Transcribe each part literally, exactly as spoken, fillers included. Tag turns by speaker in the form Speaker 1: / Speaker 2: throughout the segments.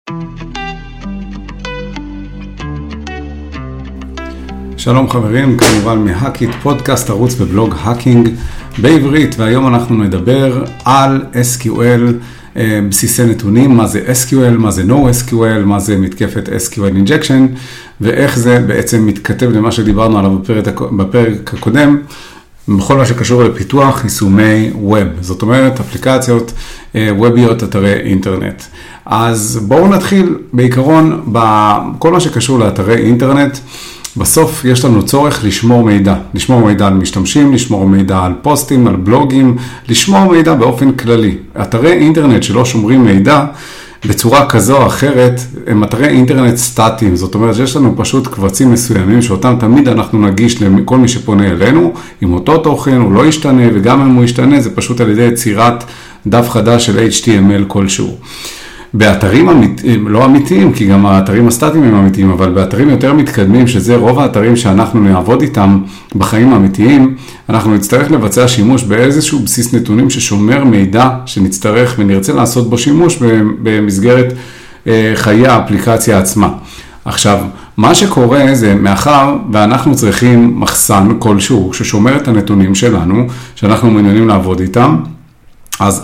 Speaker 1: שלום חברים, כמובן מהאקיט, פודקאסט ערוץ ובלוג האקינג בעברית, והיום אנחנו נדבר על אס קיו אל, בסיסי נתונים, מה זה אס קיו אל, מה זה No אס קיו אל, מה זה מתקפת אס קיו אל Injection, ואיך זה בעצם מתכתב למה שדיברנו עליו בפרק, בפרק הקודם, בכל מה שקשור לפיתוח יישומי ווב, זאת אומרת אפליקציות ווביות, אתרי אינטרנט. אז בואו נתחיל בעיקרון בכל מה שקשור לאתרי אינטרנט. בסוף יש לנו צורך לשמור מידע, לשמור מידע על משתמשים, לשמור מידע על פוסטים, על בלוגים, לשמור מידע באופן כללי. אתרי אינטרנט שלא שומרים מידע בצורה כזו או אחרת, הם אתרי אינטרנט סטטיים, זאת אומרת שיש לנו פשוט קבצים מסוימים שאותם תמיד אנחנו נגיש לכל מי שפונה אלינו, עם אותו תוכן הוא לא ישתנה, וגם אם הוא ישתנה זה פשוט על ידי יצירת דף חדש של אייץ' טי אם אל כלשהו. באתרים אמיתיים, לא אמיתיים, כי גם האתרים הסטטיים הם אמיתיים, אבל באתרים יותר מתקדמים, שזה רוב האתרים שאנחנו נעבוד איתם בחיים האמיתיים, אנחנו נצטרך לבצע שימוש באיזשהו בסיס נתונים ששומר מידע שנצטרך ונרצה לעשות בו שימוש במסגרת חיי האפליקציה עצמה. עכשיו, מה שקורה זה מאחר ואנחנו צריכים מחסן כלשהו ששומר את הנתונים שלנו, שאנחנו מעוניינים לעבוד איתם, אז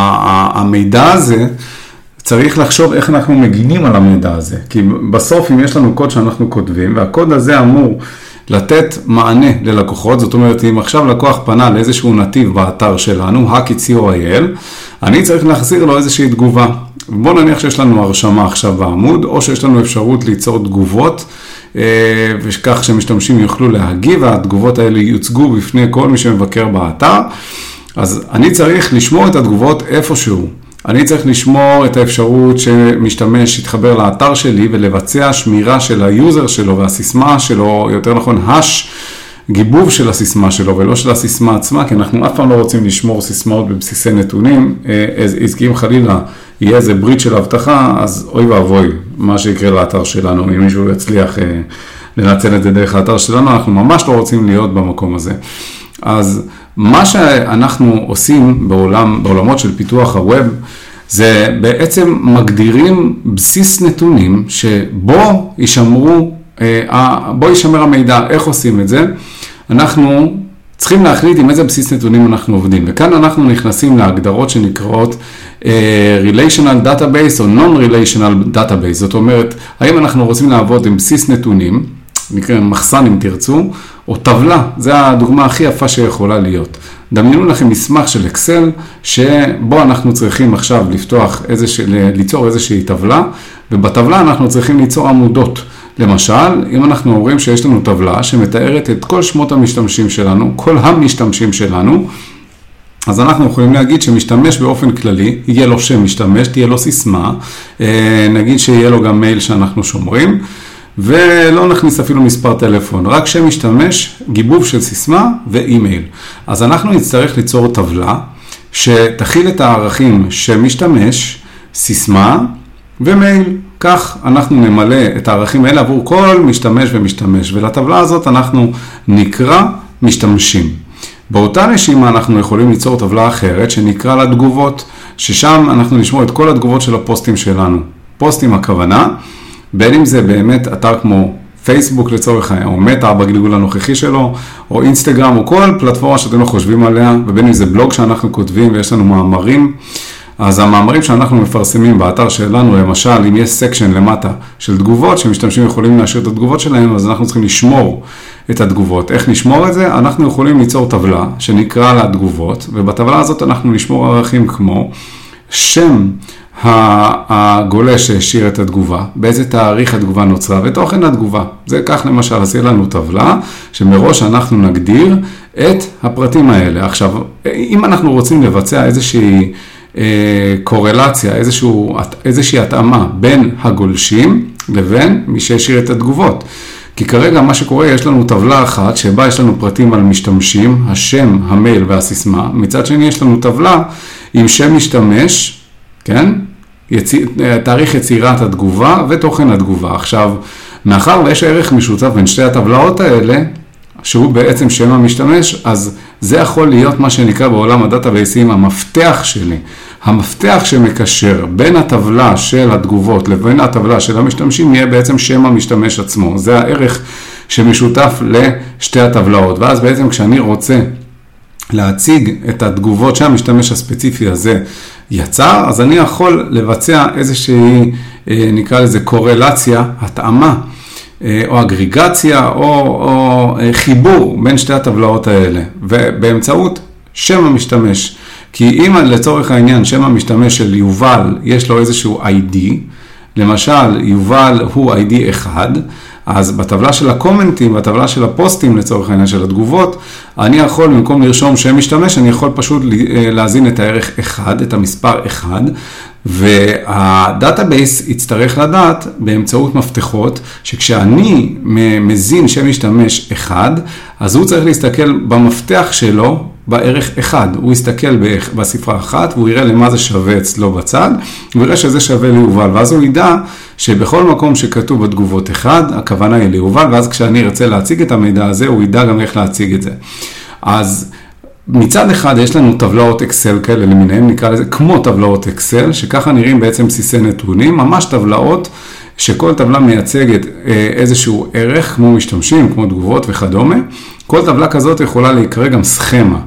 Speaker 1: המידע הזה, צריך לחשוב איך אנחנו מגינים על המידע הזה, כי בסוף אם יש לנו קוד שאנחנו כותבים, והקוד הזה אמור לתת מענה ללקוחות, זאת אומרת אם עכשיו לקוח פנה לאיזשהו נתיב באתר שלנו, האקיט סי או איי אל, אני צריך להחזיר לו איזושהי תגובה. בוא נניח שיש לנו הרשמה עכשיו בעמוד, או שיש לנו אפשרות ליצור תגובות, וכך שמשתמשים יוכלו להגיב, והתגובות האלה יוצגו בפני כל מי שמבקר באתר, אז אני צריך לשמור את התגובות איפשהו. אני צריך לשמור את האפשרות שמשתמש יתחבר לאתר שלי ולבצע שמירה של היוזר שלו והסיסמה שלו, יותר נכון הש, גיבוב של הסיסמה שלו ולא של הסיסמה עצמה, כי אנחנו אף פעם לא רוצים לשמור סיסמאות בבסיסי נתונים, אז אם חלילה יהיה איזה ברית של הבטחה, אז אוי ואבוי מה שיקרה לאתר שלנו, אם מישהו יצליח לנצל את זה דרך האתר שלנו, אנחנו ממש לא רוצים להיות במקום הזה. אז מה שאנחנו עושים בעולם, בעולמות של פיתוח הווב, זה בעצם מגדירים בסיס נתונים שבו ישמרו, בו ישמר המידע. איך עושים את זה? אנחנו צריכים להחליט עם איזה בסיס נתונים אנחנו עובדים. וכאן אנחנו נכנסים להגדרות שנקראות Relational Database או Non-Relational Database. זאת אומרת, האם אנחנו רוצים לעבוד עם בסיס נתונים, נקרא מחסן אם תרצו, או טבלה, זו הדוגמה הכי יפה שיכולה להיות. דמיינו לכם מסמך של אקסל, שבו אנחנו צריכים עכשיו לפתוח איזושה, ליצור איזושהי טבלה, ובטבלה אנחנו צריכים ליצור עמודות. למשל, אם אנחנו אומרים שיש לנו טבלה שמתארת את כל שמות המשתמשים שלנו, כל המשתמשים שלנו, אז אנחנו יכולים להגיד שמשתמש באופן כללי, יהיה לו שם משתמש, תהיה לו סיסמה, נגיד שיהיה לו גם מייל שאנחנו שומרים, ולא נכניס אפילו מספר טלפון, רק שם משתמש, גיבוב של סיסמה ואימייל. אז אנחנו נצטרך ליצור טבלה שתכיל את הערכים שמשתמש, סיסמה ומייל. כך אנחנו נמלא את הערכים האלה עבור כל משתמש ומשתמש, ולטבלה הזאת אנחנו נקרא משתמשים. באותה נשימה אנחנו יכולים ליצור טבלה אחרת שנקרא לה תגובות, ששם אנחנו נשמור את כל התגובות של הפוסטים שלנו. פוסטים הכוונה, בין אם זה באמת אתר כמו פייסבוק לצורך העניין, או מטא בגלגול הנוכחי שלו, או אינסטגרם, או כל פלטפורמה שאתם לא חושבים עליה, ובין אם זה בלוג שאנחנו כותבים ויש לנו מאמרים, אז המאמרים שאנחנו מפרסמים באתר שלנו, למשל, אם יש סקשן למטה של תגובות, שמשתמשים יכולים להשאיר את התגובות שלהם, אז אנחנו צריכים לשמור את התגובות. איך נשמור את זה? אנחנו יכולים ליצור טבלה שנקרא לה תגובות, ובטבלה הזאת אנחנו נשמור ערכים כמו שם הגולש שהשאיר את התגובה, באיזה תאריך התגובה נוצרה ותוכן התגובה. זה כך למשל, אז יהיה לנו טבלה שמראש אנחנו נגדיר את הפרטים האלה. עכשיו, אם אנחנו רוצים לבצע איזושהי אה, קורלציה, איזשהו, איזושהי התאמה בין הגולשים לבין מי שהשאיר את התגובות. כי כרגע מה שקורה, יש לנו טבלה אחת שבה יש לנו פרטים על משתמשים, השם, המייל והסיסמה. מצד שני יש לנו טבלה עם שם משתמש, כן? יציר, תאריך יצירת התגובה ותוכן התגובה. עכשיו, מאחר ויש ערך משותף בין שתי הטבלאות האלה, שהוא בעצם שם המשתמש, אז זה יכול להיות מה שנקרא בעולם הדאטאבייסים המפתח שלי, המפתח שמקשר בין הטבלה של התגובות לבין הטבלה של המשתמשים יהיה בעצם שם המשתמש עצמו. זה הערך שמשותף לשתי הטבלאות. ואז בעצם כשאני רוצה להציג את התגובות שהמשתמש הספציפי הזה יצר, אז אני יכול לבצע איזושהי, נקרא לזה קורלציה, התאמה, או אגריגציה, או, או חיבור בין שתי הטבלאות האלה, ובאמצעות שם המשתמש. כי אם לצורך העניין שם המשתמש של יובל יש לו איזשהו איי די, למשל יובל הוא איי די אחד, אז בטבלה של הקומנטים, בטבלה של הפוסטים לצורך העניין של התגובות, אני יכול במקום לרשום שם משתמש, אני יכול פשוט להזין את הערך אחד, את המספר אחד, והדאטאבייס יצטרך לדעת באמצעות מפתחות, שכשאני מזין שם משתמש אחד, אז הוא צריך להסתכל במפתח שלו, בערך אחד, הוא יסתכל בספרה אחת, והוא יראה למה זה שווה אצלו בצד, הוא יראה שזה שווה ליובל, ואז הוא ידע שבכל מקום שכתוב בתגובות אחד, הכוונה היא ליובל, ואז כשאני ארצה להציג את המידע הזה, הוא ידע גם איך להציג את זה. אז מצד אחד יש לנו טבלאות אקסל כאלה למיניהם, נקרא לזה כמו טבלאות אקסל, שככה נראים בעצם בסיסי נתונים, ממש טבלאות שכל טבלה מייצגת איזשהו ערך, כמו משתמשים, כמו תגובות וכדומה. כל טבלה כזאת יכולה להיקרא גם סכמה.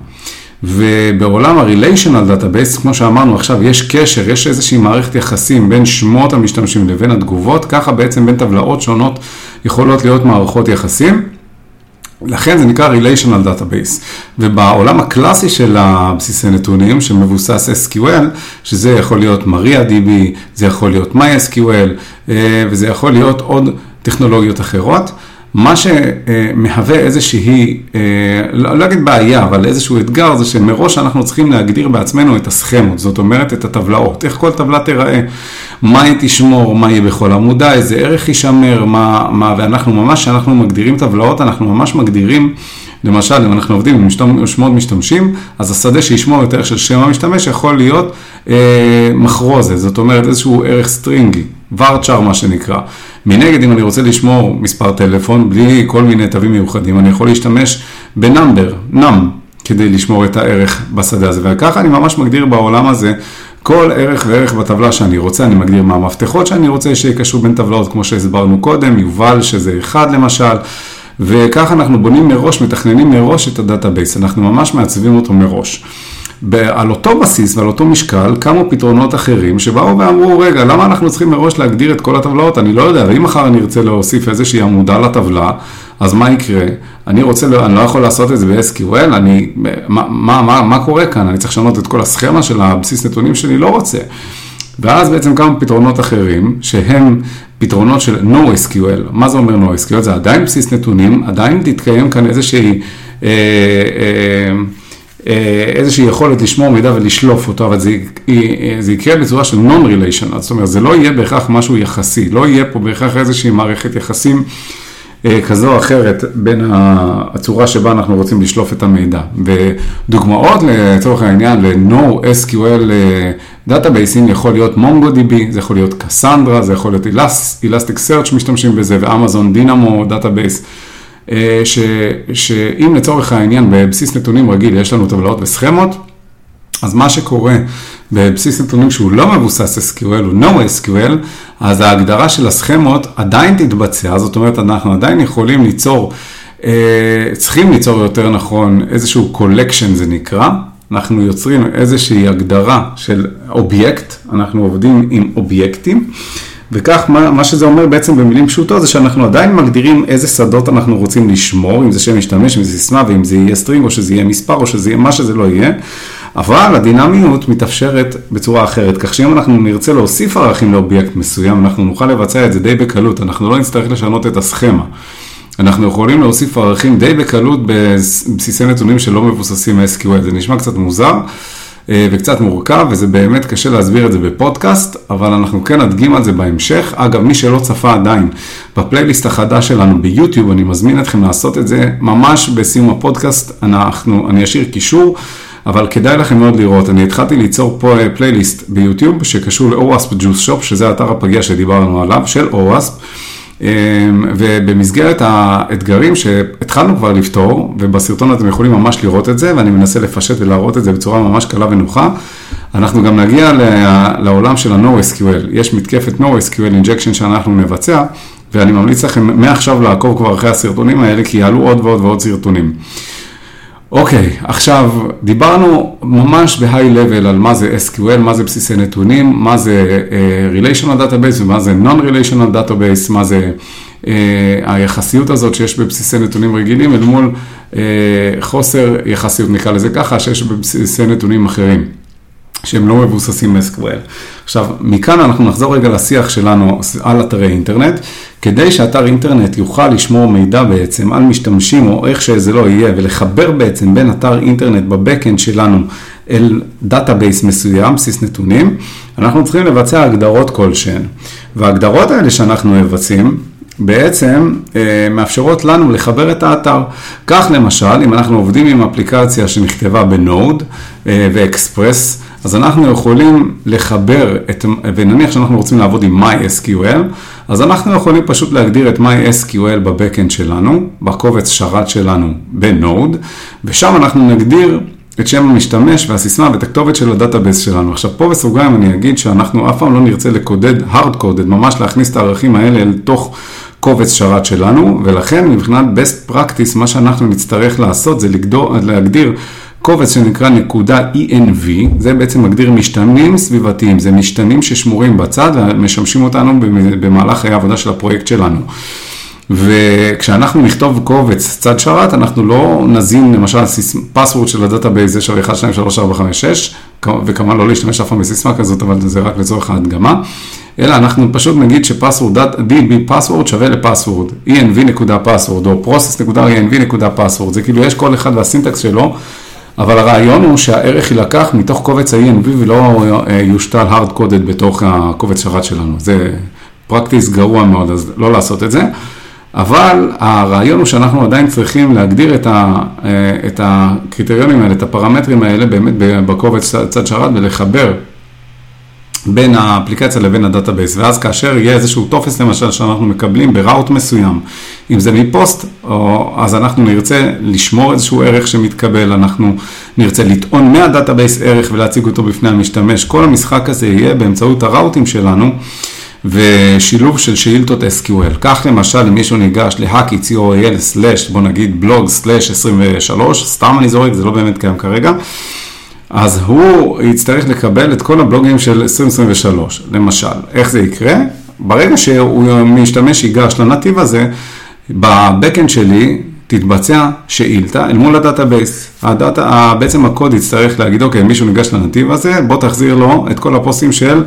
Speaker 1: ובעולם ה-Relational Database, כמו שאמרנו עכשיו, יש קשר, יש איזושהי מערכת יחסים בין שמות המשתמשים לבין התגובות, ככה בעצם בין טבלאות שונות יכולות להיות מערכות יחסים. לכן זה נקרא Relational Database. ובעולם הקלאסי של הבסיסי נתונים, שמבוסס אס קיו אל, שזה יכול להיות MariaDB, זה יכול להיות MySQL, וזה יכול להיות עוד טכנולוגיות אחרות. מה שמהווה איזושהי, לא אגיד בעיה, אבל איזשהו אתגר, זה שמראש אנחנו צריכים להגדיר בעצמנו את הסכמות, זאת אומרת את הטבלאות, איך כל טבלה תיראה, מה היא תשמור, מה היא בכל עמודה, איזה ערך יישמר, מה, מה, ואנחנו ממש, כשאנחנו מגדירים טבלאות, אנחנו ממש מגדירים, למשל, אם אנחנו עובדים עם שמות משתמשים, אז השדה שישמור את הערך של שם המשתמש יכול להיות אה, מחרוזה, זאת אומרת איזשהו ערך סטרינגי, ורצ'ר מה שנקרא. מנגד, אם אני רוצה לשמור מספר טלפון, בלי כל מיני תווים מיוחדים, אני יכול להשתמש בנאמבר, נאם, כדי לשמור את הערך בשדה הזה. וככה אני ממש מגדיר בעולם הזה, כל ערך וערך בטבלה שאני רוצה, אני מגדיר מה המפתחות שאני רוצה שיקשרו בין טבלאות, כמו שהסברנו קודם, יובל שזה אחד למשל, וככה אנחנו בונים מראש, מתכננים מראש את הדאטאבייס, אנחנו ממש מעצבים אותו מראש. על אותו בסיס ועל אותו משקל, קמו פתרונות אחרים שבאו ואמרו, רגע, למה אנחנו צריכים מראש להגדיר את כל הטבלאות? אני לא יודע, ואם מחר אני ארצה להוסיף איזושהי עמודה לטבלה, אז מה יקרה? אני רוצה, אני לא יכול לעשות את זה ב-אס קיו אל, אני, מה, מה, מה, מה קורה כאן? אני צריך לשנות את כל הסכמה של הבסיס נתונים שלי, לא רוצה. ואז בעצם כמה פתרונות אחרים, שהם פתרונות של NoSQL. מה זה אומר NoSQL? זה עדיין בסיס נתונים, עדיין תתקיים כאן איזושהי, אה, אה, איזושהי יכולת לשמור מידע ולשלוף אותו, אבל זה, זה יקרה בצורה של non-relational, זאת אומרת, זה לא יהיה בהכרח משהו יחסי, לא יהיה פה בהכרח איזושהי מערכת יחסים כזו או אחרת בין הצורה שבה אנחנו רוצים לשלוף את המידע. ודוגמאות לצורך העניין ל-NoSQL דאטאבייסים יכול להיות MongoDB, זה יכול להיות Cassandra, זה יכול להיות Elasticsearch משתמשים בזה, ואמזון דינמו דאטאבייס, ש, שאם לצורך העניין בבסיס נתונים רגיל יש לנו טבלאות וסכמות, אז מה שקורה בבסיס נתונים שהוא לא מבוסס אס קיו אל, הוא no-אס קיו אל, אז ההגדרה של הסכמות עדיין תתבצע, זאת אומרת, אנחנו עדיין יכולים ליצור, צריכים ליצור יותר נכון איזשהו collection זה נקרא, אנחנו יוצרים איזושהי הגדרה של אובייקט, אנחנו עובדים עם אובייקטים, וכך מה, מה שזה אומר בעצם במילים פשוטות, זה שאנחנו עדיין מגדירים איזה שדות אנחנו רוצים לשמור, אם זה שם משתמש, אם זה סיסמה, ואם זה יהיה סטרינג, או שזה יהיה מספר, או שזה יהיה מה שזה לא יהיה, אבל הדינמיות מתאפשרת בצורה אחרת, כך שאם אנחנו נרצה להוסיף ערכים לאובייקט מסוים, אנחנו נוכל לבצע את זה די בקלות, אנחנו לא נצטרך לשנות את הסכמה. אנחנו יכולים להוסיף ערכים די בקלות בבסיסי נתונים שלא מבוססים אס קיו אל, זה נשמע קצת מוזר, וקצת מורכב, וזה באמת קשה להסביר את זה בפודקאסט, אבל אנחנו כן נדגים על זה בהמשך. אגב, מי שלא צפה עדיין, בפלייליסט החדש שלנו ביוטיוב, אני מזמין אתכם לעשות את זה ממש בסיום הפודקאסט, אנחנו, אני אשאיר קישור, אבל כדאי לכם מאוד לראות. אני התחלתי ליצור פה פלייליסט ביוטיוב, שקשור ל-OWASP Juice Shop, שזה האתר הפגיע שדיברנו עליו, של OWASP, ובמסגרת האתגרים שהתחלנו כבר לפתור, ובסרטון אתם יכולים ממש לראות את זה, ואני מנסה לפשט ולהראות את זה בצורה ממש קלה ונוחה, אנחנו גם נגיע לעולם של ה-NoSQL. יש מתקפת NoSQL injection שאנחנו נבצע, ואני ממליץ לכם מעכשיו לעקוב כבר אחרי הסרטונים האלה, כי יעלו עוד ועוד ועוד סרטונים. אוקיי, עכשיו דיברנו ממש ב-high level על מה זה אס קיו אל, מה זה בסיסי נתונים, מה זה uh, relational database ומה זה non-relational database, מה זה uh, היחסיות הזאת שיש בבסיסי נתונים רגילים, אל מול uh, חוסר יחסיות, נקרא לזה ככה, שיש בבסיסי נתונים אחרים, שהם לא מבוססים ב-אס קיו אל. עכשיו, מכאן אנחנו נחזור רגע לשיח שלנו על אתרי אינטרנט, כדי שאתר אינטרנט יוכל לשמור מידע בעצם על משתמשים או איך שזה לא יהיה, ולחבר בעצם בין אתר אינטרנט בבקאנד שלנו אל דאטאבייס מסוים, בסיס נתונים, אנחנו צריכים לבצע הגדרות כלשהן. וההגדרות האלה שאנחנו מבצעים, בעצם אה, מאפשרות לנו לחבר את האתר. כך למשל, אם אנחנו עובדים עם אפליקציה שנכתבה בנוד אה, ואקספרס, אז אנחנו יכולים לחבר, את, ונניח שאנחנו רוצים לעבוד עם MySQL, אז אנחנו יכולים פשוט להגדיר את MySQL בבקאנד שלנו, בקובץ שרת שלנו בנוד, ושם אנחנו נגדיר את שם המשתמש והסיסמה ואת הכתובת של הדאטאבייס שלנו. עכשיו פה בסוגריים אני אגיד שאנחנו אף פעם לא נרצה לקודד, hard coded, ממש להכניס את הערכים האלה לתוך קובץ שרת שלנו, ולכן מבחינת best practice, מה שאנחנו נצטרך לעשות זה לגדור, להגדיר קובץ שנקרא נקודה אי אן וי, זה בעצם מגדיר משתנים סביבתיים, זה משתנים ששמורים בצד ומשמשים אותנו במהלך חיי העבודה של הפרויקט שלנו. וכשאנחנו נכתוב קובץ צד שרת, אנחנו לא נזין למשל פסוורד של הדאטאבייס, זה של אחת, שתיים, שלוש, ארבע, חמש, שש, וכמה לא להשתמש אף פעם בסיסמה כזאת, אבל זה רק לצורך ההדגמה, אלא אנחנו פשוט נגיד שפסוורד, די בי פסוורד שווה לפסוורד, אי אן וי נקודה פסוורד, או process נקודה אי אן וי נקודה פסוורד, זה כאילו יש כל אחד והסינטקס שלו, אבל הרעיון הוא שהערך ילקח מתוך קובץ ה-אי אן וי ולא יושתל hard coded בתוך הקובץ שרת שלנו. זה פרקטיס גרוע מאוד, אז לא לעשות את זה. אבל הרעיון הוא שאנחנו עדיין צריכים להגדיר את, ה, את הקריטריונים האלה, את הפרמטרים האלה באמת בקובץ צד שרת ולחבר בין האפליקציה לבין הדאטאבייס. ואז כאשר יהיה איזשהו טופס למשל שאנחנו מקבלים בראוט מסוים, אם זה מפוסט, או, אז אנחנו נרצה לשמור איזשהו ערך שמתקבל, אנחנו נרצה לטעון מהדאטאבייס ערך ולהציג אותו בפני המשתמש. כל המשחק הזה יהיה באמצעות הראוטים שלנו, ושילוב של שאילתות אס קיו אל. כך למשל, אם מישהו ניגש להאקי סי או אל סלש, בוא נגיד בלוג סלש עשרים ושלוש, סתם אני זורק, זה לא באמת קיים כרגע, אז הוא יצטרך לקבל את כל הבלוגים של עשרים עשרים ושלוש. למשל, איך זה יקרה? ברגע שהוא משתמש ייגש לנתיב הזה, בבקאנד שלי תתבצע שאילתה אל מול הדאטאבייס. הדאטה, בעצם הקוד יצטרך להגיד, אוקיי, מישהו ניגש לנתיב הזה, בוא תחזיר לו את כל הפוסטים של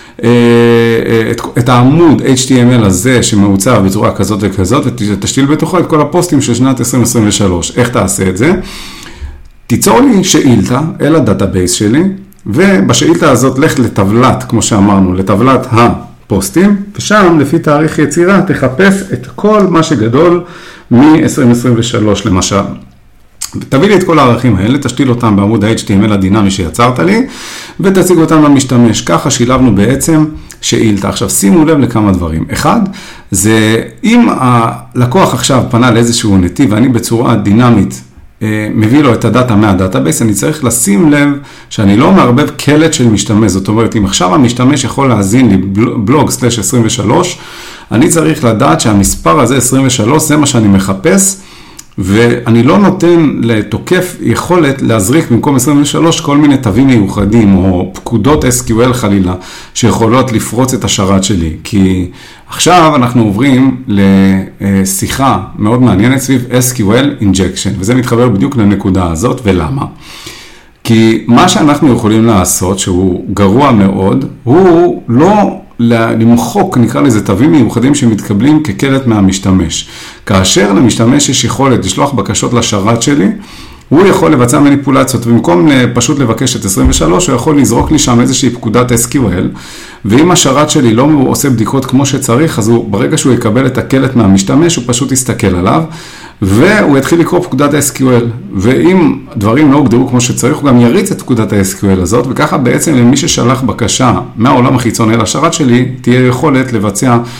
Speaker 1: את, את העמוד אייץ' טי אם אל הזה שמעוצב בצורה כזאת וכזאת, ותשתיל בתוכו את כל הפוסטים של שנת עשרים עשרים ושלוש. איך תעשה את זה? תיצור לי שאילתה אל הדאטאבייס שלי, ובשאילתה הזאת לך לטבלת, כמו שאמרנו, לטבלת הפוסטים, ושם לפי תאריך יצירה תחפש את כל מה שגדול מ-עשרים עשרים ושלוש למשל. תביא לי את כל הערכים האלה, תשתיל אותם בעמוד ה-אייץ' טי אם אל הדינמי שיצרת לי, ותציג אותם למשתמש. ככה שילבנו בעצם שאילתה. עכשיו שימו לב לכמה דברים. אחד, זה אם הלקוח עכשיו פנה לאיזשהו נתיב, ואני בצורה דינמית מביא לו את הדאטה מהדאטאבייס, אני צריך לשים לב שאני לא מערבב קלט של משתמש. זאת אומרת, אם עכשיו המשתמש יכול להזין לי בלוג סלש עשרים ושלוש, אני צריך לדעת שהמספר הזה עשרים ושלוש, זה מה שאני מחפש, ואני לא נותן לתוקף יכולת להזריק במקום עשרים ושלוש כל מיני תווים מיוחדים או פקודות אס קיו אל חלילה שיכולות לפרוץ את השרת שלי. כי עכשיו אנחנו עוברים לשיחה מאוד מעניינת סביב אס קיו אל injection, וזה מתחבר בדיוק לנקודה הזאת. ולמה? כי מה שאנחנו יכולים לעשות שהוא גרוע מאוד, הוא לא למחוק, נקרא לזה, תווים מיוחדים שמתקבלים כקלט מהמשתמש. כאשר למשתמש יש יכולת לשלוח בקשות לשרת שלי, הוא יכול לבצע מניפולציות, ובמקום פשוט לבקש את עשרים ושלוש, הוא יכול לזרוק לי שם איזושהי פקודת אס קיו אל, ואם השרת שלי לא עושה בדיקות כמו שצריך, אז הוא, ברגע שהוא יקבל את הקלט מהמשתמש, הוא פשוט יסתכל עליו, והוא יתחיל לקרוא פקודת ה-אס קיו אל, ואם דברים לא הוגדרו כמו שצריך, הוא גם יריץ את פקודת ה-אס קיו אל הזאת, וככה בעצם למי ששלח בקשה מהעולם החיצוני לשרת שלי, תהיה יכולת לבצע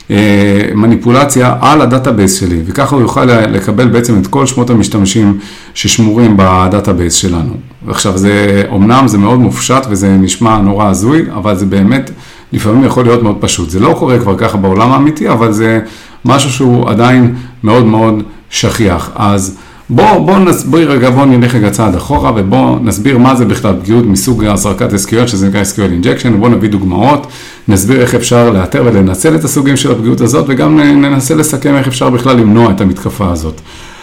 Speaker 1: מניפולציה על הדאטאבייס שלי, וככה הוא יוכל לקבל בעצם את כל שמות המשתמשים ששמורים בדאטאבייס שלנו. ועכשיו זה, אומנם זה מאוד מופשט וזה נשמע נורא הזוי, אבל זה באמת לפעמים יכול להיות מאוד פשוט. זה לא קורה כבר ככה בעולם האמיתי, אבל זה משהו שהוא עדיין מאוד מאוד שכיח. אז בוא, בוא, בואי רגע, בוא נלך רגע צעד אחורה, ובוא נסביר מה זה בכלל פגיעות מסוג הזרקת אס קיו אל, שזה נקרא אס קיו אל injection, ובוא נביא דוגמאות, נסביר איך אפשר לאתר ולנצל את הסוגים של הפגיעות הזאת, וגם ננסה לסכם איך אפשר בכלל למנוע את המתקפה הזאת.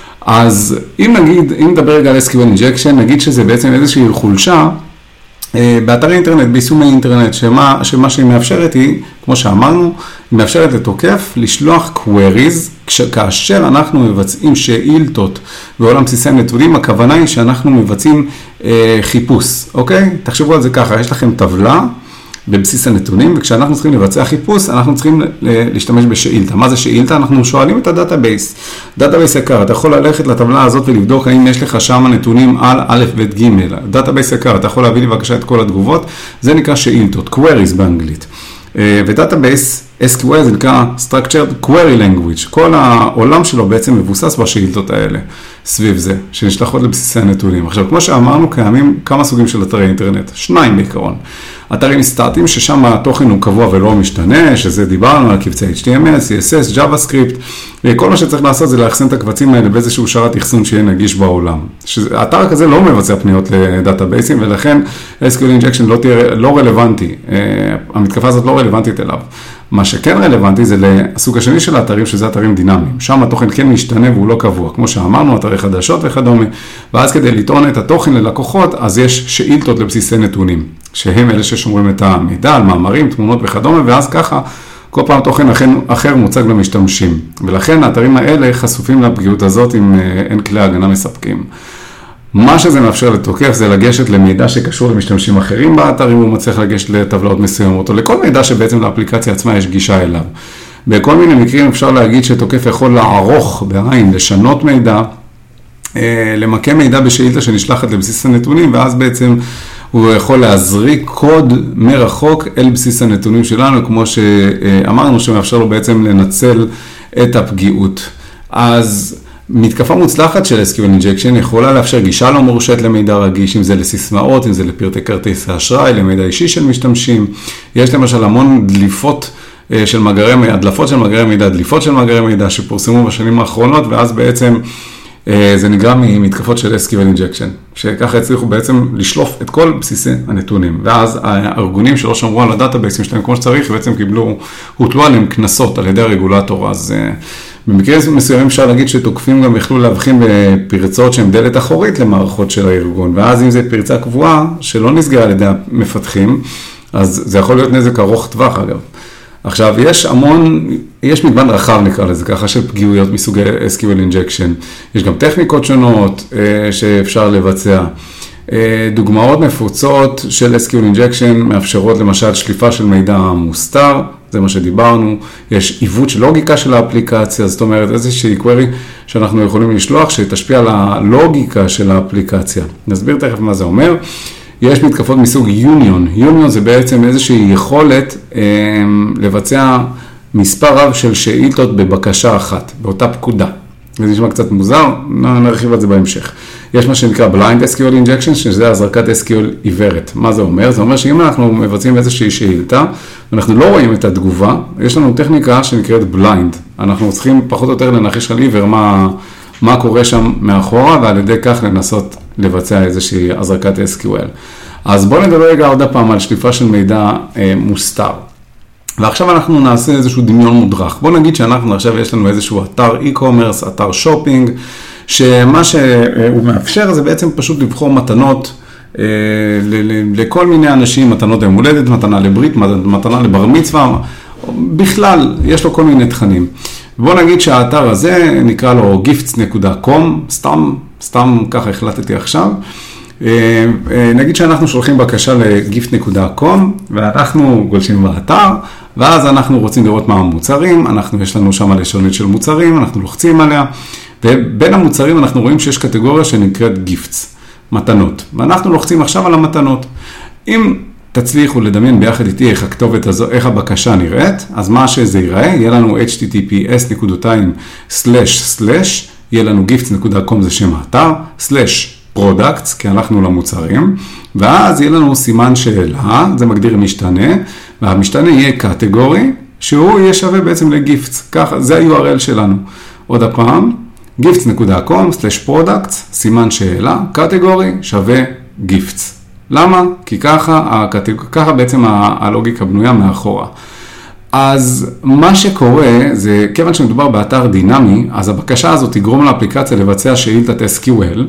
Speaker 1: אז אם נגיד, אם נדבר רגע על אס קיו אל injection, נגיד שזה בעצם איזושהי חולשה, באתרי אינטרנט, ביישומי אינטרנט, שמה, שמה שהיא מאפשרת היא, כמו שאמרנו, היא מאפשרת לתוקף לשלוח queries, כאשר אנחנו מבצעים שאילתות בעולם בסיסי נתונים, הכוונה היא שאנחנו מבצעים אה, חיפוש, אוקיי? תחשבו על זה ככה, יש לכם טבלה בבסיס הנתונים, וכשאנחנו צריכים לבצע חיפוש, אנחנו צריכים להשתמש בשאילתה. מה זה שאילתה? אנחנו שואלים את הדאטאבייס. דאטאבייס יקר, אתה יכול ללכת לטבלה הזאת ולבדוק האם יש לך שם נתונים על א' ב' ג'. דאטאבייס יקר, אתה יכול להביא לי בבקשה את כל התגובות, זה נקרא שאילתות, queries באנגלית. ודאטאבייס, אס קיו אל זה נקרא Structured Query Language. כל העולם שלו בעצם מבוסס בשאילתות האלה, סביב זה, שנשלחות לבסיסי הנתונים. עכשיו, כמו שאמרנו, קיימים כמה סוגים של אתרי אינטרנט, שניים בעיקרון. אתרים סטטיים, ששם התוכן הוא קבוע ולא משתנה, שזה דיברנו על קבצי אייץ' טי אם אל, סי אס אס, JavaScript, וכל מה שצריך לעשות זה לאחסן את הקבצים האלה באיזשהו שרת אחסון שיהיה נגיש בעולם. האתר כזה לא מבצע פניות לדאטאבייסים, ולכן אס קיו אל injection לא תהיה, לא רלוונטי, המתקפה הזאת לא רלוונטית אליו. מה שכן רלוונטי זה לסוג השני של האתרים, שזה אתרים דינמיים. שם התוכן כן משתנה והוא לא קבוע. כמו שאמרנו, אתרי חדשות וכדומה. ואז כדי לטעון את התוכן ללקוחות, אז יש שאילתות לבסיסי נתונים, שהם אלה ששומרים את המידע על מאמרים, תמונות וכדומה, ואז ככה כל פעם תוכן אחר מוצג למשתמשים. ולכן האתרים האלה חשופים לפגיעות הזאת אם אין כלי הגנה מספקים. מה שזה מאפשר לתוקף זה לגשת למידע שקשור למשתמשים אחרים באתר, אם הוא מצליח לגשת לטבלאות מסוימות, או לכל מידע שבעצם לאפליקציה עצמה יש גישה אליו. בכל מיני מקרים אפשר להגיד שתוקף יכול לערוך בעין, לשנות מידע, למקם מידע בשאילתה שנשלחת לבסיס הנתונים, ואז בעצם הוא יכול להזריק קוד מרחוק אל בסיס הנתונים שלנו, כמו שאמרנו שמאפשר לו בעצם לנצל את הפגיעות. אז מתקפה מוצלחת של אס קיו אל injection יכולה לאפשר גישה לא מורשת למידע רגיש, אם זה לסיסמאות, אם זה לפרטי כרטיסי אשראי, למידע אישי של משתמשים. יש למשל המון דליפות של מאגרי מידע, דלפות של מאגרי מידע, דליפות של מאגרי מידע שפורסמו בשנים האחרונות, ואז בעצם זה נגרם ממתקפות של אס קיו אל injection, שככה הצליחו בעצם לשלוף את כל בסיסי הנתונים, ואז הארגונים שלא שמרו על הדאטאבייסים שלהם כמו שצריך, בעצם קיבלו, הוטלו עליהם כנסות על ידי הרגולטור. אז במקרים מסוימים אפשר להגיד שתוקפים גם יכלו להבחין בפרצות שהן דלת אחורית למערכות של הארגון, ואז אם זה פרצה קבועה שלא נסגרה על ידי המפתחים, אז זה יכול להיות נזק ארוך טווח אגב. עכשיו, יש המון, יש מגוון רחב נקרא לזה ככה, של פגיעויות מסוגי אס קיו אל injection. יש גם טכניקות שונות אה, שאפשר לבצע. אה, דוגמאות נפוצות של אס קיו אל injection מאפשרות למשל שליפה של מידע מוסתר, זה מה שדיברנו. יש עיוות של לוגיקה של האפליקציה, זאת אומרת איזושהי query שאנחנו יכולים לשלוח שתשפיע על הלוגיקה של האפליקציה. נסביר תכף מה זה אומר. יש מתקפות מסוג union. union זה בעצם איזושהי יכולת אה, לבצע מספר רב של שאילתות בבקשה אחת, באותה פקודה. זה נשמע קצת מוזר, נרחיב על זה בהמשך. יש מה שנקרא blind אס קיו אל injection, שזה הזרקת אס קיו אל עיוורת. מה זה אומר? זה אומר שאם אנחנו מבצעים איזושהי שאילתה, ואנחנו לא רואים את התגובה, יש לנו טכניקה שנקראת blind. אנחנו צריכים פחות או יותר לנחש על עיוור מה, מה קורה שם מאחורה, ועל ידי כך לנסות לבצע איזושהי הזרקת אס קיו אל. אז בואו נדבר רגע עוד הפעם על שליפה של מידע אה, מוסתר. ועכשיו אנחנו נעשה איזשהו דמיון מודרך. בואו נגיד שאנחנו עכשיו יש לנו איזשהו אתר e-commerce, אתר שופינג, שמה שהוא מאפשר זה בעצם פשוט לבחור מתנות אה, ל- ל- לכל מיני אנשים, מתנות יום הולדת, מתנה לברית, מתנה לבר מצווה, בכלל יש לו כל מיני תכנים. בואו נגיד שהאתר הזה נקרא לו gifts דוט קום, סתם, סתם ככה החלטתי עכשיו. נגיד שאנחנו שולחים בקשה ל-gift דוט קום, ואנחנו גולשים באתר, ואז אנחנו רוצים לראות מה המוצרים, אנחנו יש לנו שם לשונית של מוצרים, אנחנו לוחצים עליה, ובין המוצרים אנחנו רואים שיש קטגוריה שנקראת gifts, מתנות, ואנחנו לוחצים עכשיו על המתנות. אם תצליחו לדמיין ביחד איתי איך הכתובת הזו, איך הבקשה נראית, אז מה שזה ייראה, יהיה לנו אייץ' טי טי פי אס נקודתיים סלש סלש, יהיה לנו גיפטס נקודה קום זה שם האתר, סלש פרודקטס, כי הלכנו למוצרים, ואז יהיה לנו סימן שאלה, זה מגדיר משתנה, והמשתנה יהיה קטגורי, שהוא יהיה שווה בעצם לגיפטס, ככה, זה ה-יו אר אל שלנו. עוד הפעם, גיפטס נקודה קום סלש פרודקטס, סימן שאלה, קטגורי, שווה גיפטס. למה? כי ככה, ככה בעצם הלוגיקה בנויה מאחורה. אז מה שקורה זה, כיוון שמדובר באתר דינמי, אז הבקשה הזאת תגרום לאפליקציה לבצע שאילתת אס קיו אל,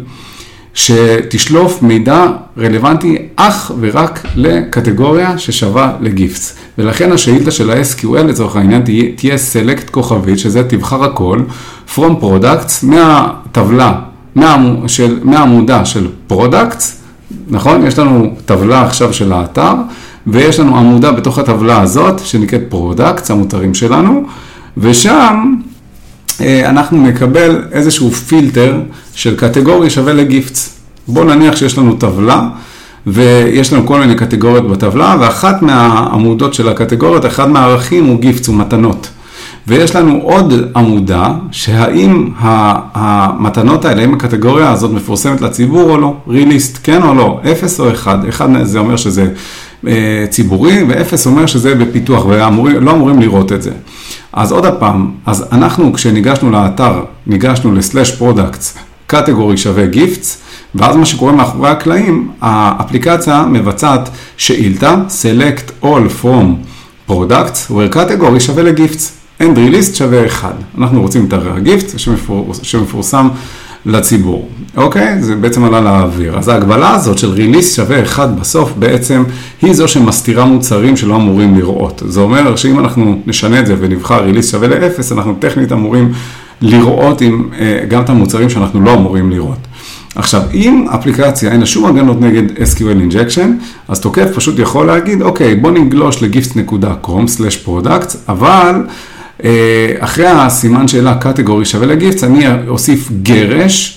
Speaker 1: שתשלוף מידע רלוונטי אך ורק לקטגוריה ששווה לגיפטס. ולכן השאילתה של ה-אס קיו אל לצורך העניין תהיה, תהיה סלקט כוכבית, שזה תבחר הכל, from products, מהטבלה, מהעמוד, של, מהעמודה של products, נכון? יש לנו טבלה עכשיו של האתר, ויש לנו עמודה בתוך הטבלה הזאת, שנקראת products, המותרים שלנו, ושם אנחנו נקבל איזשהו פילטר של קטגוריה שווה לגיפטס. בואו נניח שיש לנו טבלה, ויש לנו כל מיני קטגוריות בטבלה, ואחת מהעמודות של הקטגוריות, אחד מהערכים הוא גיפטס ומתנות. ויש לנו עוד עמודה, שהאם המתנות האלה, האם הקטגוריה הזאת מפורסמת לציבור או לא, ריליסט, כן או לא, אפס או אחד, אחד זה אומר שזה ציבורי, ואפס אומר שזה בפיתוח, ולא אמורים לראות את זה. אז עוד הפעם, אז אנחנו כשניגשנו לאתר, ניגשנו לסלש פרודקטס, קטגורי שווה גיפטס, ואז מה שקורה מאחורי הקלעים, האפליקציה מבצעת שאילתה, select all from products, where category שווה לגיפטס, and release שווה אחד. אנחנו רוצים את הגיפט שמפורסם לציבור. אוקיי? זה בעצם עלה לאוויר. אז ההגבלה הזאת של release שווה אחד בסוף בעצם היא זו שמסתירה מוצרים שלא אמורים לראות. זה אומר שאם אנחנו נשנה את זה ונבחר release שווה לאפס, אנחנו טכנית אמורים לראות עם, גם את המוצרים שאנחנו לא אמורים לראות. עכשיו, אם אפליקציה אין לה שום הגנות נגד אס קיו אל injection, אז תוקף פשוט יכול להגיד, אוקיי, בוא נגלוש לגיפטס נקודה קום סלש פרודקטס, אבל אחרי הסימן שאלה קטגורי שווה לגיפטס, אני אוסיף גרש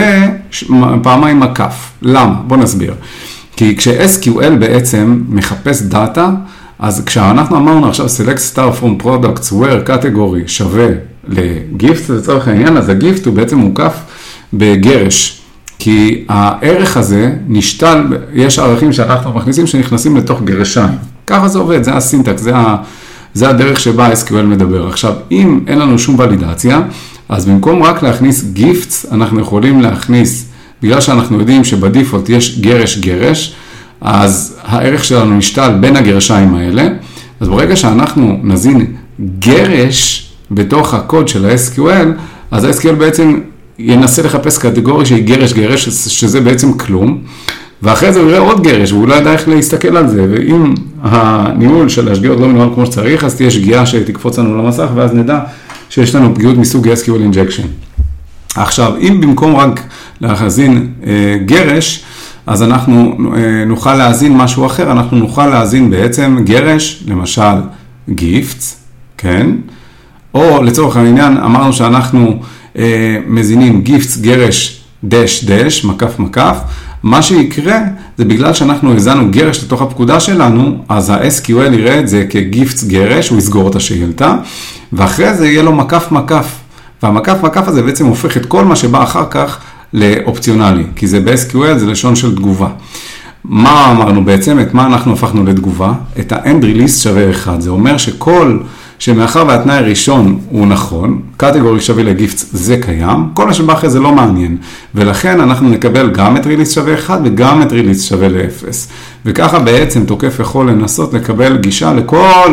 Speaker 1: ופעמיים מקף. למה? בוא נסביר. כי כש-אס קיו אל בעצם מחפש דאטה, אז כשאנחנו אמרנו עכשיו select star from products where category שווה לגיפט, לצורך העניין, אז הגיפט הוא בעצם מוקף בגרש. כי הערך הזה נשתל, יש ערכים שאנחנו מכניסים שנכנסים לתוך גרשיים. ככה זה עובד, זה הסינטקס, זה, ה, זה הדרך שבה אס קיו אל מדבר. עכשיו, אם אין לנו שום ולידציה, אז במקום רק להכניס גיפטס, אנחנו יכולים להכניס, בגלל שאנחנו יודעים שבדיפולט יש גרש גרש, אז הערך שלנו נשתל בין הגרשיים האלה, אז ברגע שאנחנו נזין גרש בתוך הקוד של ה-אס קיו אל, אז ה-אס קיו אל בעצם ינסה לחפש קטגוריה שהיא גרש גרש, שזה בעצם כלום, ואחרי זה הוא יראה עוד גרש, והוא לא ידע איך להסתכל על זה, ואם הניהול של השגיאות לא מנוהל כמו שצריך, אז תהיה שגיאה שתקפוץ לנו למסך, ואז נדע שיש לנו פגיעות מסוג אס קיו אל injection. עכשיו, אם במקום רק להזין אה, גרש, אז אנחנו אה, נוכל להזין משהו אחר, אנחנו נוכל להזין בעצם גרש, למשל גיפטס, כן? או לצורך העניין, אמרנו שאנחנו אה, מזינים גיפטס גרש דש דש, מקף מקף, מה שיקרה זה בגלל שאנחנו הזנו גרש לתוך הפקודה שלנו, אז ה-אס קיו אל יראה את זה כגיפטס גרש, הוא יסגור את השאילתה, ואחרי זה יהיה לו מקף מקף, והמקף מקף הזה בעצם הופך את כל מה שבא אחר כך לאופציונלי, כי זה ב-אס קיו אל זה לשון של תגובה. מה אמרנו בעצם? את מה אנחנו הפכנו לתגובה? את ה-end release שווה אחד, זה אומר שכל שמאחר והתנאי הראשון הוא נכון, קטגורי שווה לגיפטס זה קיים, כל מה שבא אחרי זה לא מעניין, ולכן אנחנו נקבל גם את ריליס שווה אחד וגם את ריליס שווה לאפס, וככה בעצם תוקף יכול לנסות לקבל גישה לכל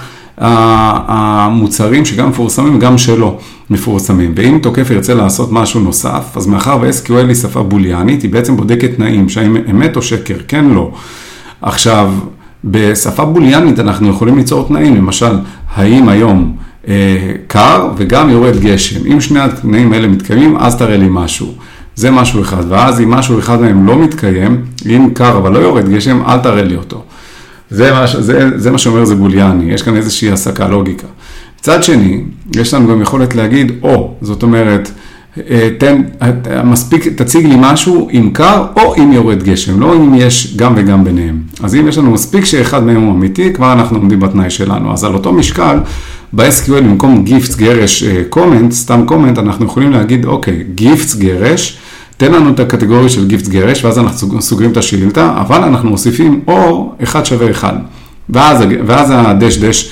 Speaker 1: המוצרים שגם מפורסמים וגם שלא מפורסמים, ואם תוקף ירצה לעשות משהו נוסף, אז מאחר ו-אס קיו אל היא שפה בוליאנית, היא בעצם בודקת תנאים, שהאם אמת או שקר, כן לא. עכשיו, בשפה בוליאנית אנחנו יכולים ליצור תנאים, למשל, האם היום אה, קר וגם יורד גשם. אם שני התנאים האלה מתקיימים, אז תראה לי משהו. זה משהו אחד, ואז אם משהו אחד מהם לא מתקיים, אם קר אבל לא יורד גשם, אל תראה לי אותו. זה מה, זה, זה מה שאומר זה בוליאני, יש כאן איזושהי הסקה לוגיקה. מצד שני, יש לנו גם יכולת להגיד, או, זאת אומרת, תן, מספיק, תציג לי משהו עם קר או עם יורד גשם, לא אם יש גם וגם ביניהם. אז אם יש לנו מספיק שאחד מהם הוא אמיתי, כבר אנחנו עומדים בתנאי שלנו. אז על אותו משקל, ב-אס קיו אל במקום גיפטס גרש קומנט, סתם קומנט, אנחנו יכולים להגיד, אוקיי, גיפטס גרש, תן לנו את הקטגוריה של גיפטס גרש, ואז אנחנו סוגרים את השאילתה, אבל אנחנו מוסיפים או אחד שווה אחד. ואז, ואז הדש דש,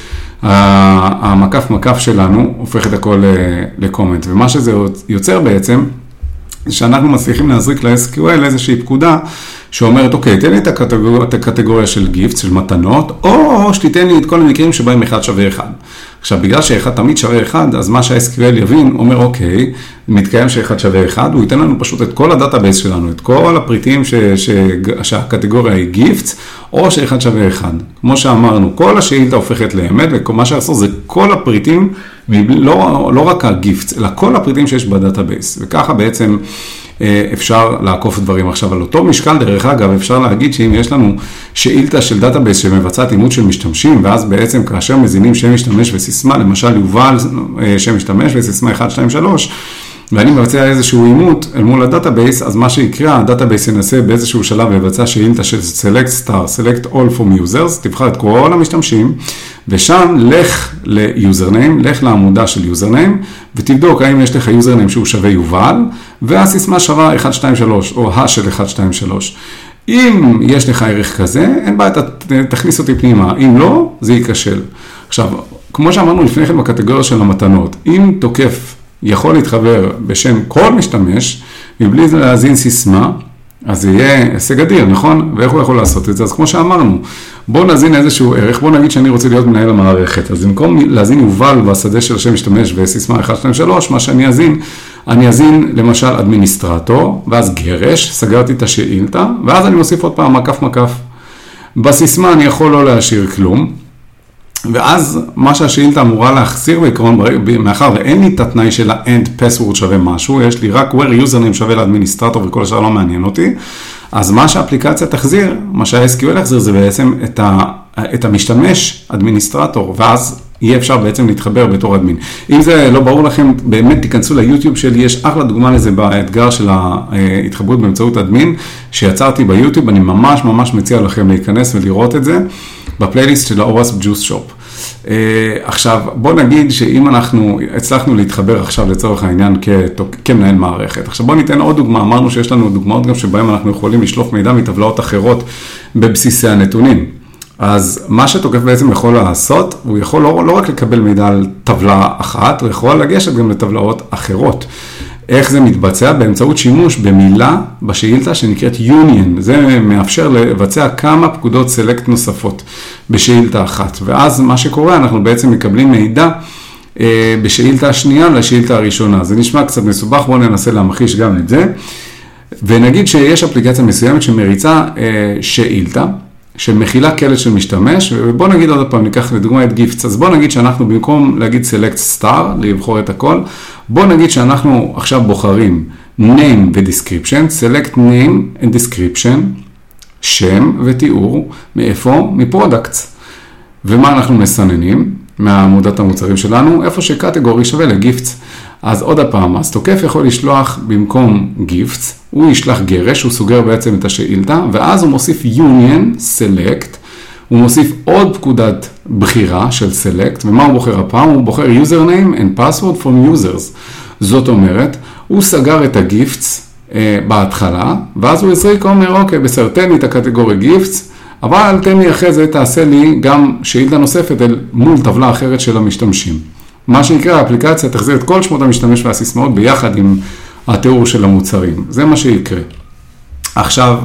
Speaker 1: המקף מקף שלנו הופך את הכל לקומנט. ומה שזה יוצר בעצם, שאנחנו מצליחים להזריק ל-אס קיו אל איזושהי פקודה שאומרת, אוקיי, תן לי את הקטגוריה, את הקטגוריה של גיפט, של מתנות, או שתיתן לי את כל המקרים שבהם אחד שווה אחד. עכשיו, בגלל שאחד תמיד שווה אחד, אז מה שה-אס קיו אל יבין, אומר, אוקיי, מתקיים שאחד שווה אחד, הוא ייתן לנו פשוט את כל הדאטאבייס שלנו, את כל הפריטים ש, ש, שהקטגוריה היא גיפט, או שאחד שווה אחד. כמו שאמרנו, כל השאילתה הופכת לאמת, ומה שעשו זה כל הפריטים, לא, לא רק הגיפט, אלא כל הפריטים שיש בדאטאבייס. וככה בעצם אפשר לעקוף דברים. עכשיו, על אותו משקל, דרך אגב, אפשר להגיד שאם יש לנו שאילתה של דאטאבייס שמבצעת אימות של משתמשים, ואז בעצם כאשר מזינים שם משתמש וסיסמה, למשל יובל שם משתמש וסיסמה אחת, שתיים, שלוש, ואני מבצע איזשהו אימות אל מול הדאטאבייס, אז מה שיקרה, הדאטאבייס ינסה באיזשהו שלב לבצע שאילתה של Select Star, Select All from Users, תבחר את כל המשתמשים, ושם לך ל-username, לך לעמודה של username, ותבדוק האם יש לך username שהוא שווה יובל, והסיסמה שווה אחת, שתיים, שלוש, או ה של אחת, שתיים, שלוש. אם יש לך ערך כזה, אין בעיה, תכניס אותי פנימה. אם לא, זה ייכשל. עכשיו, כמו שאמרנו לפני כן בקטגוריה של המתנות, אם תוקף יכול להתחבר בשם כל משתמש, מבלי להזין סיסמה, אז זה יהיה הישג אדיר, נכון? ואיך הוא יכול לעשות את זה? אז כמו שאמרנו, בואו נזין איזשהו ערך, בואו נגיד שאני רוצה להיות מנהל המערכת, אז במקום להזין יובל בשדה של השם משתמש וסיסמה אחת, שתיים, שלוש, מה שאני אזין, אני אזין למשל אדמיניסטרטור, ואז גרש, סגרתי את השאילתה, ואז אני מוסיף עוד פעם מקף מקף. בסיסמה אני יכול לא להשאיר כלום, ואז מה שהשאילתה אמורה להחסיר בעקרון, מאחר ואין לי את התנאי של ה-end password שווה משהו, יש לי רק where username שווה לאדמיניסטרטור וכל השאר לא מעניין אותי, אז מה שהאפליקציה תחזיר, מה שה-אס קיו אל יחזיר זה בעצם את, ה, את המשתמש אדמיניסטרטור, ואז יהיה אפשר בעצם להתחבר בתור אדמין. אם זה לא ברור לכם, באמת תיכנסו ליוטיוב שלי, יש אחלה דוגמה לזה באתגר של ההתחברות באמצעות אדמין, שיצרתי ביוטיוב, אני ממש ממש מציע לכם להיכנס ולראות את זה, בפלייליסט של ה-OWASP Juice Shop. Uh, עכשיו, בוא נגיד שאם אנחנו הצלחנו להתחבר עכשיו לצורך העניין כ- כמנהל מערכת. עכשיו בוא ניתן עוד דוגמה, אמרנו שיש לנו דוגמאות גם שבהם אנחנו יכולים לשלוף מידע מטבלאות אחרות בבסיסי הנתונים. אז מה שתוקף בעצם יכול לעשות, הוא יכול לא, לא רק לקבל מידע על טבלה אחת, הוא יכול לגשת גם לטבלאות אחרות. איך זה מתבצע? באמצעות שימוש במילה בשאילתה שנקראת Union. זה מאפשר לבצע כמה פקודות סלקט נוספות בשאילתה אחת. ואז מה שקורה, אנחנו בעצם מקבלים מידע אה, בשאילתה השנייה לשאילתה הראשונה. זה נשמע קצת מסובך, בואו ננסה להמחיש גם את זה. ונגיד שיש אפליקציה מסוימת שמריצה אה, שאילתה, שמכילה קלט של משתמש, ובוא נגיד עוד פעם, ניקח לדוגמה את גיפטס, אז בוא נגיד שאנחנו במקום להגיד Select Star, לבחור את הכל, בוא נגיד שאנחנו עכשיו בוחרים Name ו-Description, Select Name and Description, שם ותיאור, מאיפה? מפרודקטס. ומה אנחנו מסננים? מעמודת המוצרים שלנו, איפה שקטגורי שווה לגיפטס. אז עוד הפעם, אז תוקף יכול לשלוח במקום גיפטס, הוא ישלח גרש, הוא סוגר בעצם את השאילתה, ואז הוא מוסיף Union, Select, הוא מוסיף עוד פקודת בחירה של Select, ומה הוא בוחר הפעם? הוא בוחר Username and Password from Users. זאת אומרת, הוא סגר את הגיפטס אה, בהתחלה, ואז הוא יזריק, אומר, אוקיי, בסדר, תן לי את הקטגוריה גיפטס, אבל תן לי אחרי זה, תעשה לי גם שאילתה נוספת אל מול טבלה אחרת של המשתמשים. מה שיקרה, האפליקציה תחזיר את כל שמות המשתמש והסיסמאות ביחד עם התיאור של המוצרים. זה מה שיקרה. עכשיו,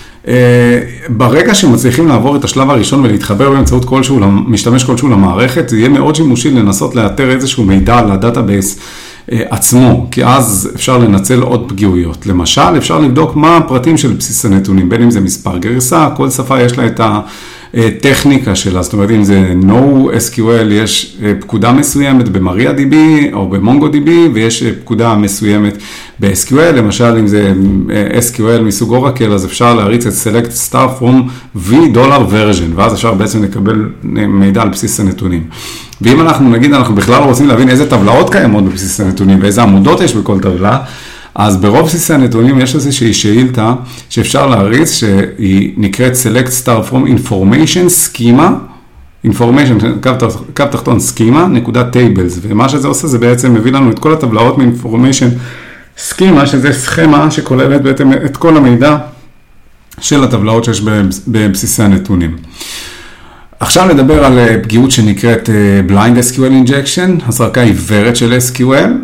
Speaker 1: ברגע שמצליחים לעבור את השלב הראשון ולהתחבר באמצעות כלשהו, משתמש כלשהו למערכת, זה יהיה מאוד שימושי לנסות לאתר איזשהו מידע על הדאטאבייס עצמו, כי אז אפשר לנצל עוד פגיעויות. למשל, אפשר לבדוק מה הפרטים של בסיס הנתונים, בין אם זה מספר גרסה, כל שפה יש לה את ה... טכניקה שלה, זאת אומרת, אם זה NoSQL, יש פקודה מסוימת ב-MariaDB או ב-MongoDB, ויש פקודה מסוימת ב-אס קיו אל, למשל, אם זה אס קיו אל מסוג Oracle, אז אפשר להריץ את Select Star from V dollar version, ואז אפשר בעצם לקבל מידע על בסיס הנתונים. ואם אנחנו נגיד, אנחנו בכלל רוצים להבין איזה טבלאות קיימות בבסיס הנתונים, ואיזה עמודות יש בכל טבלה, אז ברוב בסיסי הנתונים יש איזושהי שאילתה שאפשר להריץ, שהיא נקראת Select Star from Information Schema, Information, קו תחתון Schema, נקודה Tables, ומה שזה עושה זה בעצם מביא לנו את כל הטבלאות מ-Information Schema, שזה סכמה שכוללת בעצם את כל המידע של הטבלאות שיש בבסיסי הנתונים. עכשיו נדבר על פגיעות שנקראת Blind אס קיו אל Injection, הזרקה עיוורת של אס קיו אל,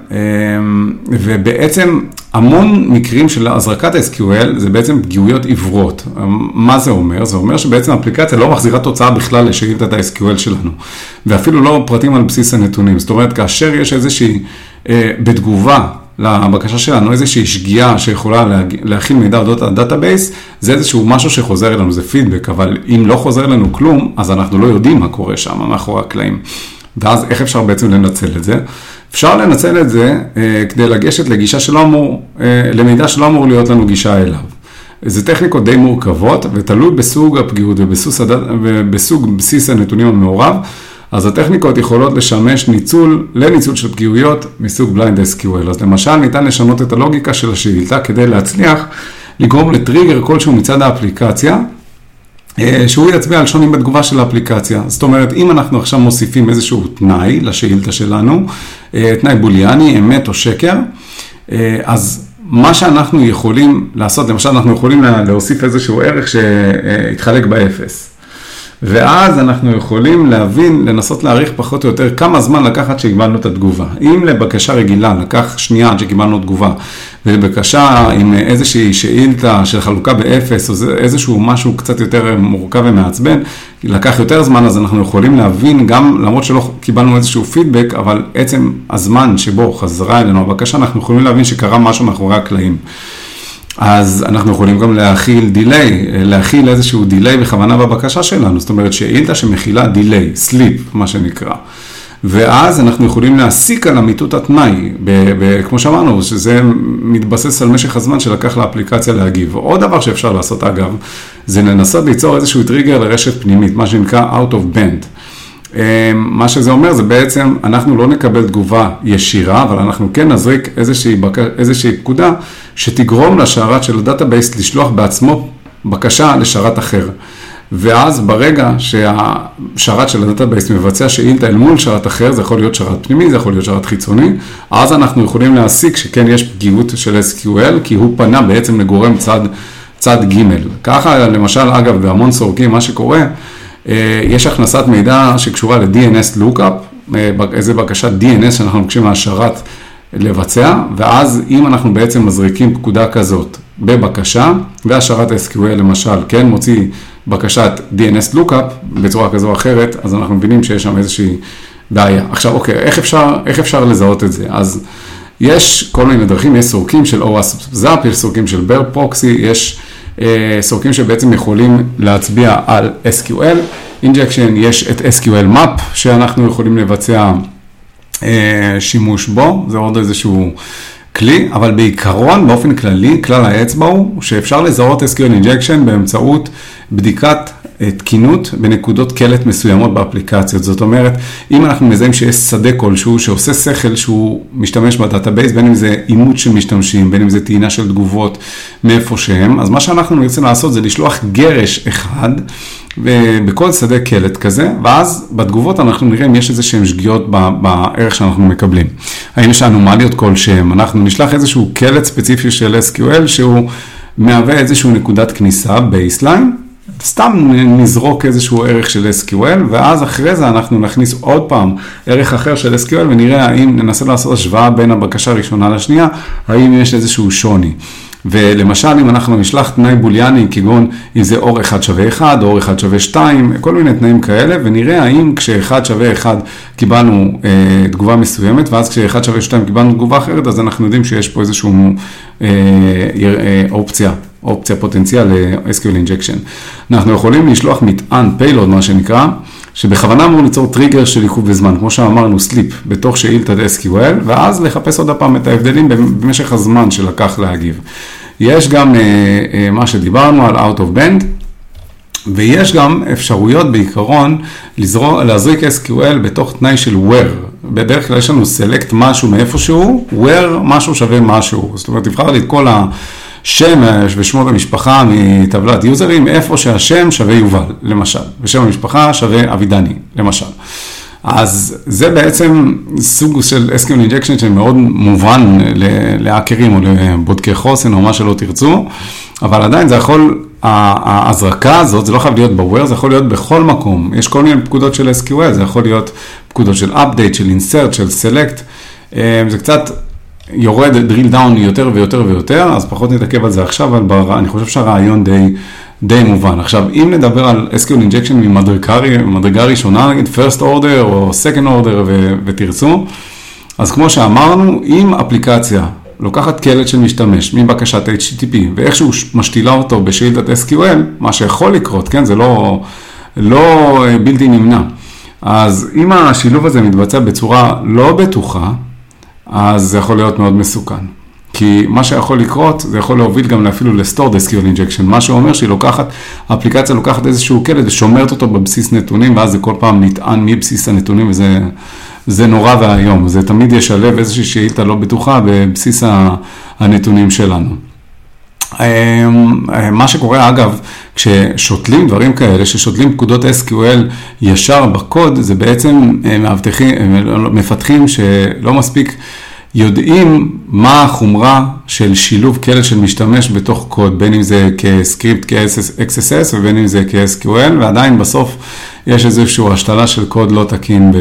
Speaker 1: ובעצם המון מקרים של הזרקת אס קיו אל זה בעצם פגיעויות עיוורות. מה זה אומר? זה אומר שבעצם האפליקציה לא מחזירה תוצאה בכלל לשאילתת ה-אס קיו אל שלנו, ואפילו לא פרטים על בסיס הנתונים. זאת אומרת, כאשר יש איזושהי, בתגובה לבקשה שלנו, איזושהי שגיאה שיכולה להכיל מידע אודות הדאטאבייס, זה איזשהו משהו שחוזר אלינו, זה פידבק, אבל אם לא חוזר אלינו כלום, אז אנחנו לא יודעים מה קורה שם, מאחורי הקלעים. ואז איך אפשר בעצם לנצל את זה? אפשר לנצל את זה אה, כדי לגשת לגישה שלא אמור, אה, למידע שלא אמור להיות לנו גישה אליו. זה טכניקות די מורכבות, ותלוי בסוג הפגיעות ובסוג בסיס הנתונים המעורב, אז הטכניקות יכולות לשמש ניצול, לניצול של פגיעויות מסוג Blind אס קיו אל. אז למשל ניתן לשנות את הלוגיקה של השאילתה כדי להצליח לגרום לטריגר כלשהו מצד האפליקציה, שהוא יצביע על שונים בתגובה של האפליקציה. זאת אומרת, אם אנחנו עכשיו מוסיפים איזשהו תנאי לשאילתה שלנו, תנאי בוליאני, אמת או שקר, אז מה שאנחנו יכולים לעשות, למשל אנחנו יכולים להוסיף איזשהו ערך שהתחלק באפס. ואז אנחנו יכולים להבין, לנסות להעריך פחות או יותר כמה זמן לקחת שקיבלנו את התגובה. אם לבקשה רגילה לקח שנייה עד שקיבלנו תגובה, ולבקשה עם איזושהי שאילתה של חלוקה באפס, או איזשהו משהו קצת יותר מורכב ומעצבן, לקח יותר זמן, אז אנחנו יכולים להבין גם, למרות שלא קיבלנו איזשהו פידבק, אבל עצם הזמן שבו חזרה אלינו הבקשה, אנחנו יכולים להבין שקרה משהו מאחורי הקלעים. אז אנחנו יכולים גם להכיל דיליי, להכיל איזשהו דיליי בכוונה בבקשה שלנו, זאת אומרת שאילתה שמכילה דיליי, סליפ, מה שנקרא. ואז אנחנו יכולים להסיק על אמיתות התנאי, כמו שאמרנו, שזה מתבסס על משך הזמן שלקח לאפליקציה להגיב. עוד דבר שאפשר לעשות אגב, זה לנסות ליצור איזשהו טריגר לרשת פנימית, מה שנקרא out of band. מה שזה אומר זה בעצם, אנחנו לא נקבל תגובה ישירה, אבל אנחנו כן נזריק איזושהי, איזושהי פקודה שתגרום לשרת של הדאטאבייס לשלוח בעצמו בקשה לשרת אחר. ואז ברגע שהשרת של הדאטאבייס מבצע שאילתה אל מול שרת אחר, זה יכול להיות שרת פנימי, זה יכול להיות שרת חיצוני, אז אנחנו יכולים להסיק שכן יש פגיעות של אס קיו אל, כי הוא פנה בעצם לגורם צד, צד ג'. ככה למשל, אגב, בהמון סורקים, מה שקורה, יש הכנסת מידע שקשורה ל-די אן אס Lookup, איזה בקשת די אן אס שאנחנו מבקשים מהשרת לבצע, ואז אם אנחנו בעצם מזריקים פקודה כזאת בבקשה, והשרת אס קיו אל למשל, כן, מוציא בקשת די אן אס Lookup בצורה כזו או אחרת, אז אנחנו מבינים שיש שם איזושהי בעיה. עכשיו, אוקיי, איך אפשר, איך אפשר לזהות את זה? אז יש כל מיני דרכים, יש סורקים של OWASP-זאפ, יש סורקים של Bear Proxy, יש סורקים שבעצם יכולים להצביע על אס קיו אל Injection, יש את אס קיו אל Map שאנחנו יכולים לבצע שימוש בו, זה עוד איזשהו כלי, אבל בעיקרון, באופן כללי, כלל האצבע הוא שאפשר לזהות אס קיו אל Injection באמצעות בדיקת תקינות בנקודות קלט מסוימות באפליקציות. זאת אומרת, אם אנחנו מזהים שיש שדה כלשהו שעושה שכל שהוא משתמש בדאטאבייס, בין אם זה אימות של משתמשים, בין אם זה טעינה של תגובות מאיפה שהם, אז מה שאנחנו נרצה לעשות זה לשלוח גרש אחד בכל שדה קלט כזה, ואז בתגובות אנחנו נראה אם יש איזה שהם שגיאות בערך שאנחנו מקבלים. האם יש אנומליות כלשהם, אנחנו נשלח איזשהו קלט ספציפי של אס קיו אל שהוא מהווה איזשהו נקודת כניסה, בייסליין, סתם נזרוק איזשהו ערך של אס קיו אל, ואז אחרי זה אנחנו נכניס עוד פעם ערך אחר של אס קיו אל, ונראה האם ננסה לעשות השוואה בין הבקשה הראשונה לשנייה, האם יש איזשהו שוני. ולמשל, אם אנחנו נשלח תנאי בוליאני, כגון אם זה אור אחד שווה אחד, אור אחד שווה שתיים, כל מיני תנאים כאלה, ונראה האם כשאחד שווה אחד קיבלנו אה, תגובה מסוימת, ואז כשאחד שווה שתיים קיבלנו תגובה אחרת, אז אנחנו יודעים שיש פה איזושהי אה, אה, אופציה אופציה פוטנציאל ל-אס קיו אל injection. אנחנו יכולים לשלוח מטען, payload מה שנקרא, שבכוונה אמור ליצור טריגר של עיכוב בזמן, כמו שאמרנו, סליפ, בתוך שאילתת אס קיו אל, ואז לחפש עוד הפעם את ההבדלים במשך הזמן שלקח להגיב. יש גם מה שדיברנו על out of band, ויש גם אפשרויות בעיקרון לזרוק, להזריק אס קיו אל בתוך תנאי של where. בדרך כלל יש לנו select משהו מאיפשהו, where משהו שווה משהו. זאת אומרת, תבחר לי את כל השם ושמות המשפחה מטבלת יוזרים, איפה שהשם שווה יובל, למשל, ושם המשפחה שווה אבידני, למשל. אז זה בעצם סוג של אס קיו אל injection שמאוד מובן להאקרים או לבודקי חוסן או מה שלא תרצו, אבל עדיין זה יכול, ההזרקה הזאת, זה לא חייב להיות ב-where, זה יכול להיות בכל מקום. יש כל מיני פקודות של אס קיו אל, זה יכול להיות פקודות של update, של insert, של select. זה קצת יורד drill down יותר ויותר ויותר, אז פחות נתעכב על זה עכשיו, אבל אני חושב שהרעיון די, די מובן. עכשיו, אם נדבר על אס קיו אל injection ממדרגה ראשונה, נגיד first order או second order ו- ותרצו, אז כמו שאמרנו, אם אפליקציה לוקחת קלט של משתמש מבקשת אייץ' טי טי פי, ואיכשהו משתילה אותו בשאילתת אס קיו אל, מה שיכול לקרות, כן? זה לא, לא בלתי נמנע. אז אם השילוב הזה מתבצע בצורה לא בטוחה, אז זה יכול להיות מאוד מסוכן. כי מה שיכול לקרות, זה יכול להוביל גם אפילו לסטורד אס קיו אל injection, מה שאומר שהיא לוקחת, האפליקציה לוקחת איזשהו קלט ושומרת אותו בבסיס נתונים, ואז זה כל פעם נטען מבסיס הנתונים, וזה זה נורא והיום. זה תמיד ישלב איזושהי שאילתה לא בטוחה בבסיס הנתונים שלנו. מה שקורה אגב, כששותלים דברים כאלה, ששותלים פקודות אס קיו אל ישר בקוד, זה בעצם מפתחים שלא מספיק יודעים מה החומרה של שילוב קלט של משתמש בתוך קוד, בין אם זה כסקריפט כ-אקס אס אס ובין אם זה כ-אס קיו אל, ועדיין בסוף יש איזושהי השתלה של קוד לא תקין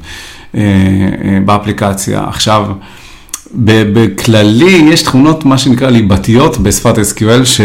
Speaker 1: באפליקציה. עכשיו, בכללי יש תכונות מה שנקרא ליבתיות בשפת אס קיו אל ש...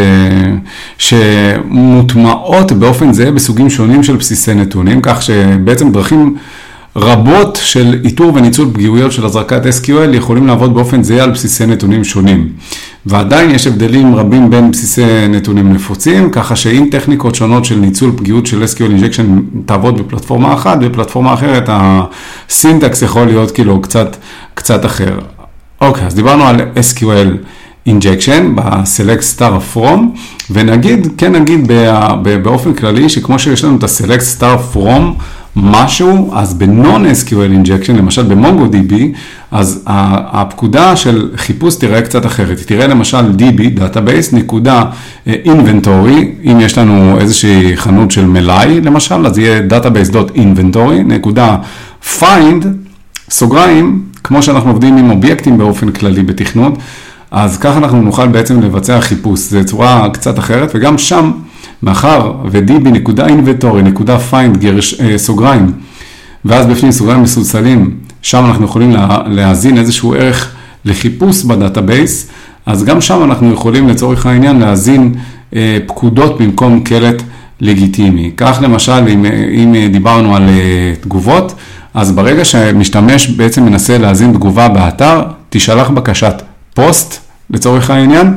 Speaker 1: שמוטמעות באופן זה בסוגים שונים של בסיסי נתונים, כך שבעצם דרכים רבות של איתור וניצול פגיעויות של הזרקת אס קיו אל יכולים לעבוד באופן זה על בסיסי נתונים שונים. ועדיין יש הבדלים רבים בין בסיסי נתונים נפוצים, ככה שאם טכניקות שונות של ניצול פגיעות של אס קיו אל injection תעבוד בפלטפורמה אחת, בפלטפורמה אחרת הסינטקס יכול להיות כאילו קצת, קצת אחר. אוקיי, אז דיברנו על אס קיו אל injection ב-select star from, ונגיד, כן נגיד באופן כללי, שכמו שיש לנו את ה-select star from משהו, אז ב-non-אס קיו אל injection, למשל ב-MongoDB, אז הפקודה של חיפוש תראה קצת אחרת. היא תראה למשל די בי, Database, נקודה inventory, אם יש לנו איזושהי חנות של מלאי, למשל, אז יהיה database.inventory, נקודה find, סוגריים, כמו שאנחנו עובדים עם אובייקטים באופן כללי בתכנות, אז ככה אנחנו נוכל בעצם לבצע חיפוש. זה צורה קצת אחרת, וגם שם, מאחר ו-db.inventory.find גרש, סוגריים, ואז בפנים סוגריים מסולסלים, שם אנחנו יכולים לה, להזין איזשהו ערך לחיפוש בדאטאבייס, אז גם שם אנחנו יכולים לצורך העניין להזין אה, פקודות במקום קלט לגיטימי. כך למשל, אם, אם דיברנו על אה, תגובות, אז ברגע שמשתמש בעצם מנסה להזין תגובה באתר, תשלח בקשת פוסט לצורך העניין,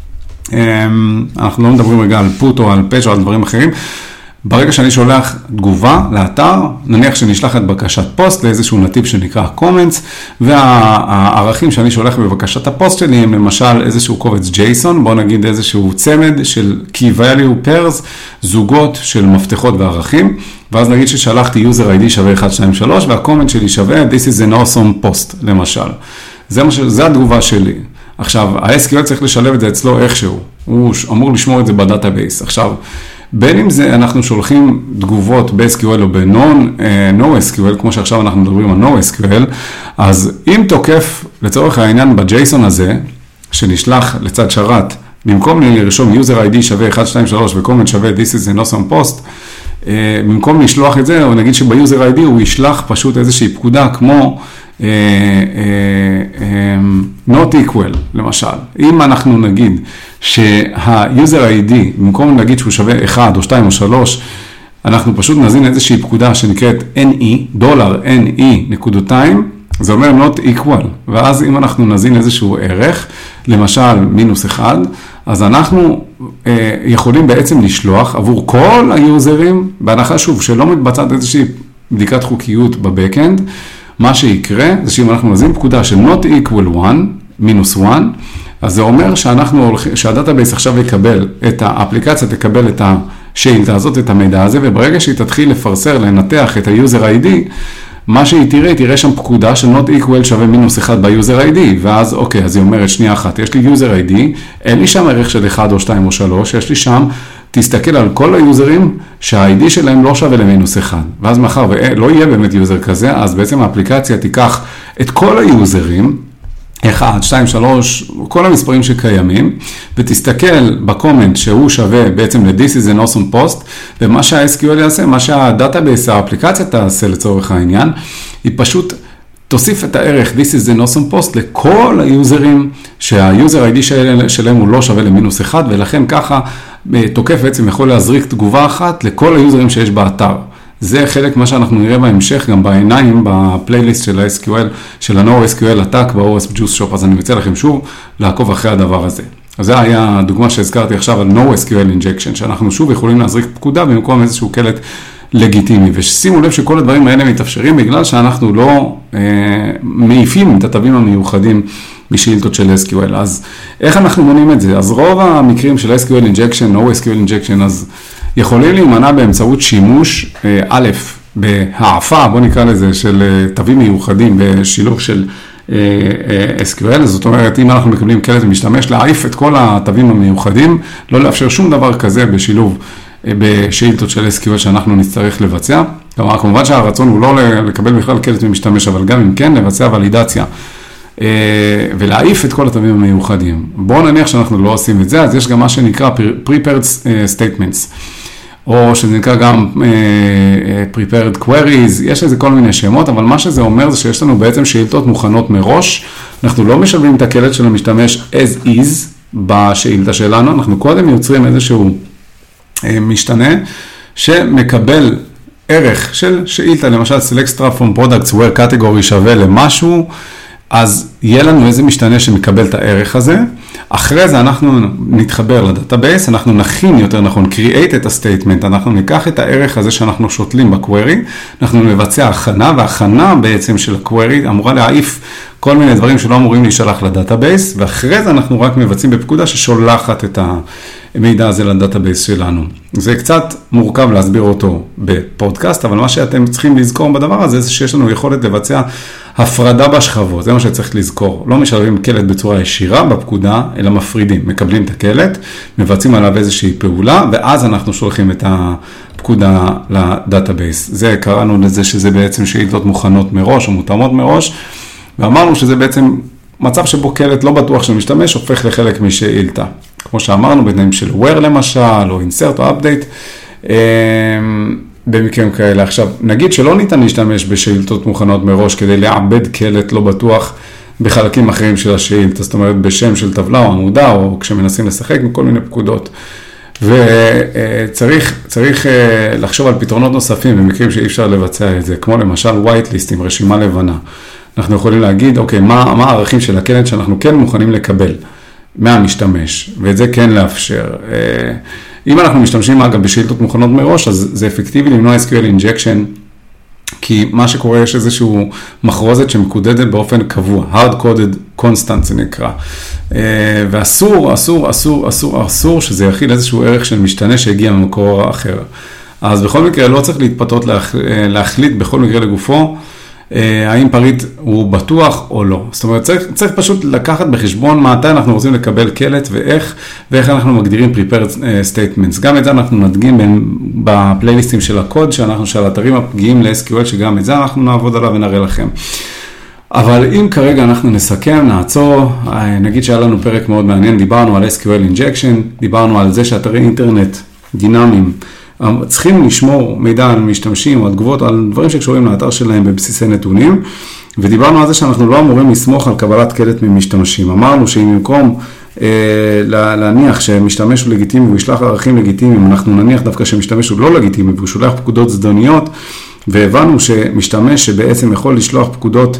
Speaker 1: אנחנו לא מדברים רגע על פוט או על פאץ' או על דברים אחרים. ברגע שאני שולח תגובה לאתר, נניח שנשלחת בקשת פוסט לאיזשהו נתיב שנקרא comments, והערכים שאני שולח בבקשת הפוסט שלי הם למשל איזשהו קובץ ג'ייסון, בואו נגיד איזשהו צמד של key value pairs, זוגות של מפתחות וערכים, ואז נגיד ששלחתי user איי די שווה אחת שתיים שלוש, והקומנט שלי שווה this is an awesome post, למשל. זה, מה ש... זה התגובה שלי. עכשיו, ה-אס קיו אל צריך לשלב את זה אצלו איכשהו, הוא אמור לשמור את זה בדאטאבייס. עכשיו, בין אם זה אנחנו שולחים תגובות ב-אס קיו אל או ב-non-אס קיו אל, כמו שעכשיו אנחנו מדברים על no-אס קיו אל, אז אם תוקף לצורך העניין בג'ייסון הזה, שנשלח לצד שרת, במקום לרשום user איי די שווה אחת שתיים שלוש וקומנט שווה this is an awesome post, במקום לשלוח את זה, או נגיד שב-user איי די הוא ישלח פשוט איזושהי פקודה כמו not equal, למשל. אם אנחנו נגיד שה-user איי די, במקום נגיד שהוא שווה אחת או שתיים או שלוש, אנחנו פשוט נזין איזושהי פקודה שנקראת N E, דולר N E נקודותיים, זה אומר not equal, ואז אם אנחנו נזין איזשהו ערך, למשל מינוס אחד, אז אנחנו אה, יכולים בעצם לשלוח עבור כל היוזרים, בהנחה שוב שלא מתבצעת איזושהי בדיקת חוקיות בבקאנד, מה שיקרה זה שאם אנחנו נזין פקודה של not equal one, מינוס אחד, אז זה אומר שאנחנו, שהדאטאבייס עכשיו יקבל את האפליקציה, תקבל את השאילתה הזאת, את המידע הזה, וברגע שהיא תתחיל לפרסר, לנתח את ה-user איי די, מה שהיא תראה, היא תראה שם פקודה של not equal שווה מינוס אחד ב-user איי די, ואז אוקיי, אז היא אומרת שנייה אחת, יש לי user איי די, אין לי שם ערך של אחד או שתיים או שלוש, יש לי שם, תסתכל על כל היוזרים שה-איי די שלהם לא שווה למינוס אחד, ואז מאחר ולא יהיה באמת יוזר כזה, אז בעצם האפליקציה תיקח את כל היוזרים, אחד, שתיים, שלוש, כל המספרים שקיימים, ותסתכל בקומנט שהוא שווה בעצם ל-This is an awesome post, ומה שה-אס קיו אל יעשה, מה שהדאטאבייס, האפליקציה תעשה לצורך העניין, היא פשוט תוסיף את הערך This is an awesome post לכל היוזרים, שה-user איי די שלהם הוא לא שווה למינוס אחד, ולכן ככה תוקף בעצם יכול להזריק תגובה אחת לכל היוזרים שיש באתר. זה חלק מה שאנחנו נראה בהמשך, גם בעיניים, בפלייליסט של ה-אס קיו אל, של ה-No אס קיו אל Attack ב-או אס Juice Shop, אז אני מציע לכם שוב לעקוב אחרי הדבר הזה. אז זה היה הדוגמה שהזכרתי עכשיו על No אס קיו אל Injection, שאנחנו שוב יכולים להזריק פקודה במקום איזשהו קלט לגיטימי, ושימו לב שכל הדברים האלה מתאפשרים בגלל שאנחנו לא אה, מעיפים את התווים המיוחדים בשאילתות של אס קיו אל. אז איך אנחנו מונים את זה? אז רוב המקרים של אס קיו אל Injection, No אס קיו אל Injection, אז יכולים להימנע באמצעות שימוש א', בהעפה, בוא נקרא לזה, של תווים מיוחדים בשילוב של אס קיו אל, זאת אומרת, אם אנחנו מקבלים קלט ומשתמש, להעיף את כל התווים המיוחדים, לא לאפשר שום דבר כזה בשילוב בשאילתות של אס קיו אל שאנחנו נצטרך לבצע. כמובן שהרצון הוא לא לקבל בכלל קלט ומשתמש, אבל גם אם כן, לבצע ולידציה. ולהעיף את כל התווים המיוחדים. בואו נניח שאנחנו לא עושים את זה, אז יש גם מה שנקרא prepared statements, או שזה נקרא גם prepared queries, יש לזה כל מיני שמות, אבל מה שזה אומר זה שיש לנו בעצם שאילתות מוכנות מראש, אנחנו לא משלבים את הקלט של המשתמש as is בשאילתה שלנו, אנחנו קודם יוצרים איזשהו משתנה שמקבל ערך של שאילתה, למשל select star from products where category שווה למשהו, אז יהיה לנו איזה משתנה שמקבל את הערך הזה, אחרי זה אנחנו נתחבר לדאטאבייס, אנחנו נכין יותר נכון, create את הסטייטמנט, אנחנו ניקח את הערך הזה שאנחנו שותלים בקווירי, אנחנו נבצע הכנה, והכנה בעצם של הקווירי אמורה להעיף כל מיני דברים שלא אמורים להישלח לדאטאבייס, ואחרי זה אנחנו רק מבצעים בפקודה ששולחת את המידע הזה לדאטאבייס שלנו. זה קצת מורכב להסביר אותו בפודקאסט, אבל מה שאתם צריכים לזכור בדבר הזה, זה שיש לנו יכולת לבצע הפרדה בשכבות, זה מה שצריך לזכור. לא משלבים קלט בצורה ישירה בפקודה, אלא מפרידים. מקבלים את הקלט, מבצעים עליו איזושהי פעולה, ואז אנחנו שולחים את הפקודה לדאטאבייס. זה קראנו לזה שזה בעצם שאילתות מוכנות מראש או מותאמות מראש, ואמרנו שזה בעצם מצב שבו קלט לא בטוח שמשתמש, הופך לחלק משאילתה. כמו שאמרנו, בתנאים של where למשל, או insert או update, במקרים כאלה. עכשיו, נגיד שלא ניתן להשתמש בשאילתות מוכנות מראש כדי לעבד קלט לא בטוח בחלקים אחרים של השאילתה, זאת אומרת בשם של טבלה או עמודה, או כשמנסים לשחק עם כל מיני פקודות. וצריך צריך לחשוב על פתרונות נוספים במקרים שאי אפשר לבצע את זה, כמו למשל white list עם רשימה לבנה. אנחנו יכולים להגיד, אוקיי, מה, מה הערכים של הקלט שאנחנו כן מוכנים לקבל מהמשתמש, ואת זה כן לאפשר. אם אנחנו משתמשים אגב בשאילתות מוכנות מראש, אז זה אפקטיבי למנוע אס קיו אל injection, כי מה שקורה יש איזשהו מחרוזת שמקודדת באופן קבוע, hard coded constant זה נקרא. ואסור, אסור, אסור, אסור, אסור שזה יכיל איזשהו ערך של משתנה שהגיע ממקור אחר. אז בכל מקרה לא צריך להתפתות להחליט בכל מקרה לגופו, האם פריט הוא בטוח או לא. זאת אומרת, צריך, צריך פשוט לקחת בחשבון מתי אנחנו רוצים לקבל קלט ואיך, ואיך אנחנו מגדירים prepared statements. גם את זה אנחנו נדגים בפלייליסטים של הקוד, שאנחנו של האתרים הפגיעים ל-אס קיו אל, שגם את זה אנחנו נעבוד עליו ונראה לכם. אבל אם כרגע אנחנו נסכם, נעצור, נגיד שהיה לנו פרק מאוד מעניין, דיברנו על אס קיו אל injection, דיברנו על זה שאתרי אינטרנט דינמיים, צריכים לשמור מידע על משתמשים או על תגובות, על דברים שקשורים לאתר שלהם בבסיסי נתונים, ודיברנו על זה שאנחנו לא אמורים לסמוך על קבלת קלט ממשתמשים. אמרנו שאם במקום אה, להניח שמשתמש הוא לגיטימי והוא ישלח ערכים לגיטימיים, אנחנו נניח דווקא שמשתמש הוא לא לגיטימי והוא שולח פקודות זדוניות, והבנו שמשתמש שבעצם יכול לשלוח פקודות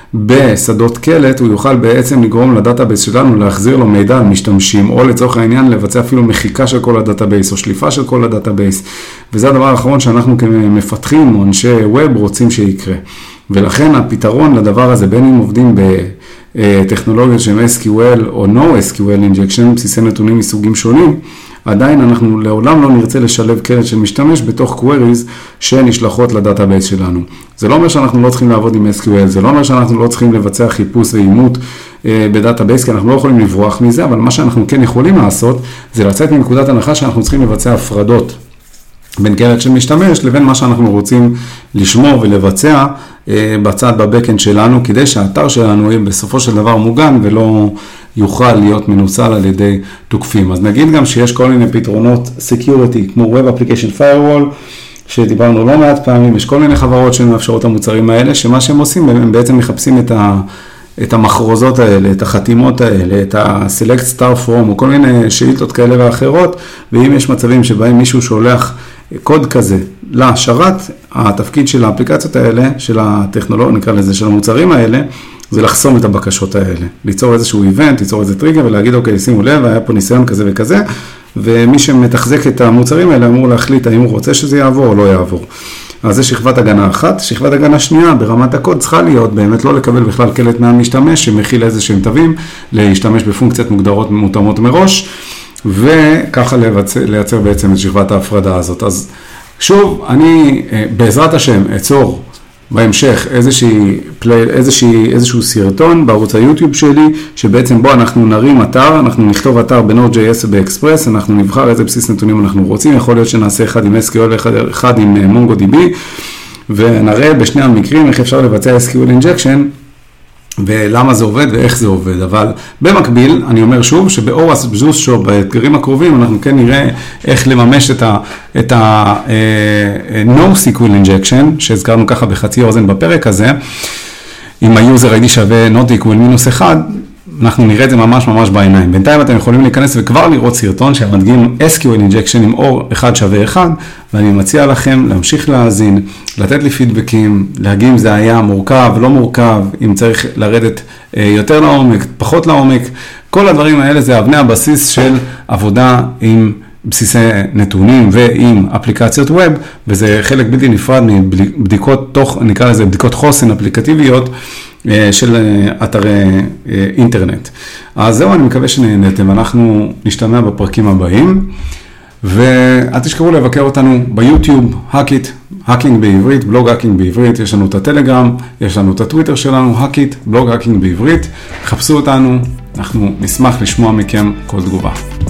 Speaker 1: בשדות קלט, הוא יוכל בעצם לגרום לדאטאבייס שלנו להחזיר לו מידע על משתמשים, או לצורך העניין לבצע אפילו מחיקה של כל הדאטאבייס, או שליפה של כל הדאטאבייס, וזה הדבר האחרון שאנחנו כמפתחים או אנשי ווב רוצים שיקרה. ולכן הפתרון לדבר הזה, בין אם עובדים בטכנולוגיות של אס קיו אל או No אס קיו אל Injection, בסיסי נתונים מסוגים שונים, עדיין אנחנו לעולם לא נרצה לשלב קלט של משתמש בתוך queries שנשלחות לדאטאבייס שלנו. זה לא אומר שאנחנו לא צריכים לעבוד עם אס קיו אל, זה לא אומר שאנחנו לא צריכים לבצע חיפוש ואימות בדאטאבייס, כי אנחנו לא יכולים לברוח מזה, אבל מה שאנחנו כן יכולים לעשות, זה לצאת מנקודת הנחה שאנחנו צריכים לבצע הפרדות בין קלט של משתמש לבין מה שאנחנו רוצים לשמור ולבצע בצד בבקאנד שלנו, כדי שהאתר שלנו יהיה בסופו של דבר מוגן ולא יוכל להיות מנוצל על ידי תוקפים. אז נגיד גם שיש כל מיני פתרונות security, כמו Web Application Firewall, שדיברנו לא מעט פעמים, יש כל מיני חברות שמאפשרות המוצרים האלה, שמה שהם עושים, הם בעצם מחפשים את ה... את המחרוזות האלה, את החתימות האלה, את ה-select star from, או כל מיני שאילתות כאלה ואחרות, ואם יש מצבים שבהם מישהו שולח קוד כזה לשרת, התפקיד של האפליקציות האלה, של הטכנולוגיה, נקרא לזה, של המוצרים האלה, זה לחסום את הבקשות האלה, ליצור איזשהו איבנט, ליצור איזה טריגר, ולהגיד, אוקיי, שימו לב, היה פה ניסיון כזה וכזה, ומי שמתחזק את המוצרים האלה אמור להחליט האם הוא רוצה שזה יעבור או לא יעבור. אז זה שכבת הגנה אחת. שכבת הגנה שנייה, ברמת הקוד, צריכה להיות באמת לא לקבל בכלל קלט מהמשתמש, שמכיל איזה שהם תווים, להשתמש בפונקציות מוגדרות מותאמות מראש, וככה לבצע, לייצר בעצם את שכבת ההפרדה הזאת. אז שוב, אני בעזרת השם אצור בהמשך איזושהי, איזושהי, איזשהו סרטון בערוץ היוטיוב שלי, שבעצם בו אנחנו נרים אתר, אנחנו נכתוב אתר ב-נוד ג'יי אס ובאקספרס, אנחנו נבחר איזה בסיס נתונים אנחנו רוצים, יכול להיות שנעשה אחד עם אס קיו אל, אחד, אחד עם MongoDB, ונראה בשני המקרים איך אפשר לבצע אס קיו אל Injection, ולמה זה עובד ואיך זה עובד. אבל במקביל, אני אומר שוב, שבאור הסבזוס שוב, באתגרים הקרובים, אנחנו כן נראה איך לממש את ה, את ה No אס קיו אל Injection, שהזכרנו ככה בחצי אוזן בפרק הזה, עם ה-user איי די שווה not equal מינוס אחד, אנחנו נראה את זה ממש ממש בעיניים. בינתיים אתם יכולים להיכנס וכבר לראות סרטון שמדגים אס קיו אל Injection עם אור אחד שווה אחד, ואני מציע לכם להמשיך להאזין, לתת לי פידבקים, להגיד אם זה היה מורכב, לא מורכב, אם צריך לרדת יותר לעומק, פחות לעומק. כל הדברים האלה זה אבני הבסיס של עבודה עם בסיסי נתונים ועם אפליקציות ווב, וזה חלק בלתי נפרד מבדיקות תוך, נקרא לזה בדיקות חוסן אפליקטיביות, של אתרי אינטרנט. אז זהו, אני מקווה שנהנתם, ואנחנו נשתמע בפרקים הבאים, ואל תשכחו לבקר אותנו ביוטיוב, האקיט, האקינג בעברית, בלוג האקינג בעברית, יש לנו את הטלגרם, יש לנו את הטוויטר שלנו, האקיט, בלוג האקינג בעברית, חפשו אותנו, אנחנו נשמח לשמוע מכם כל תגובה.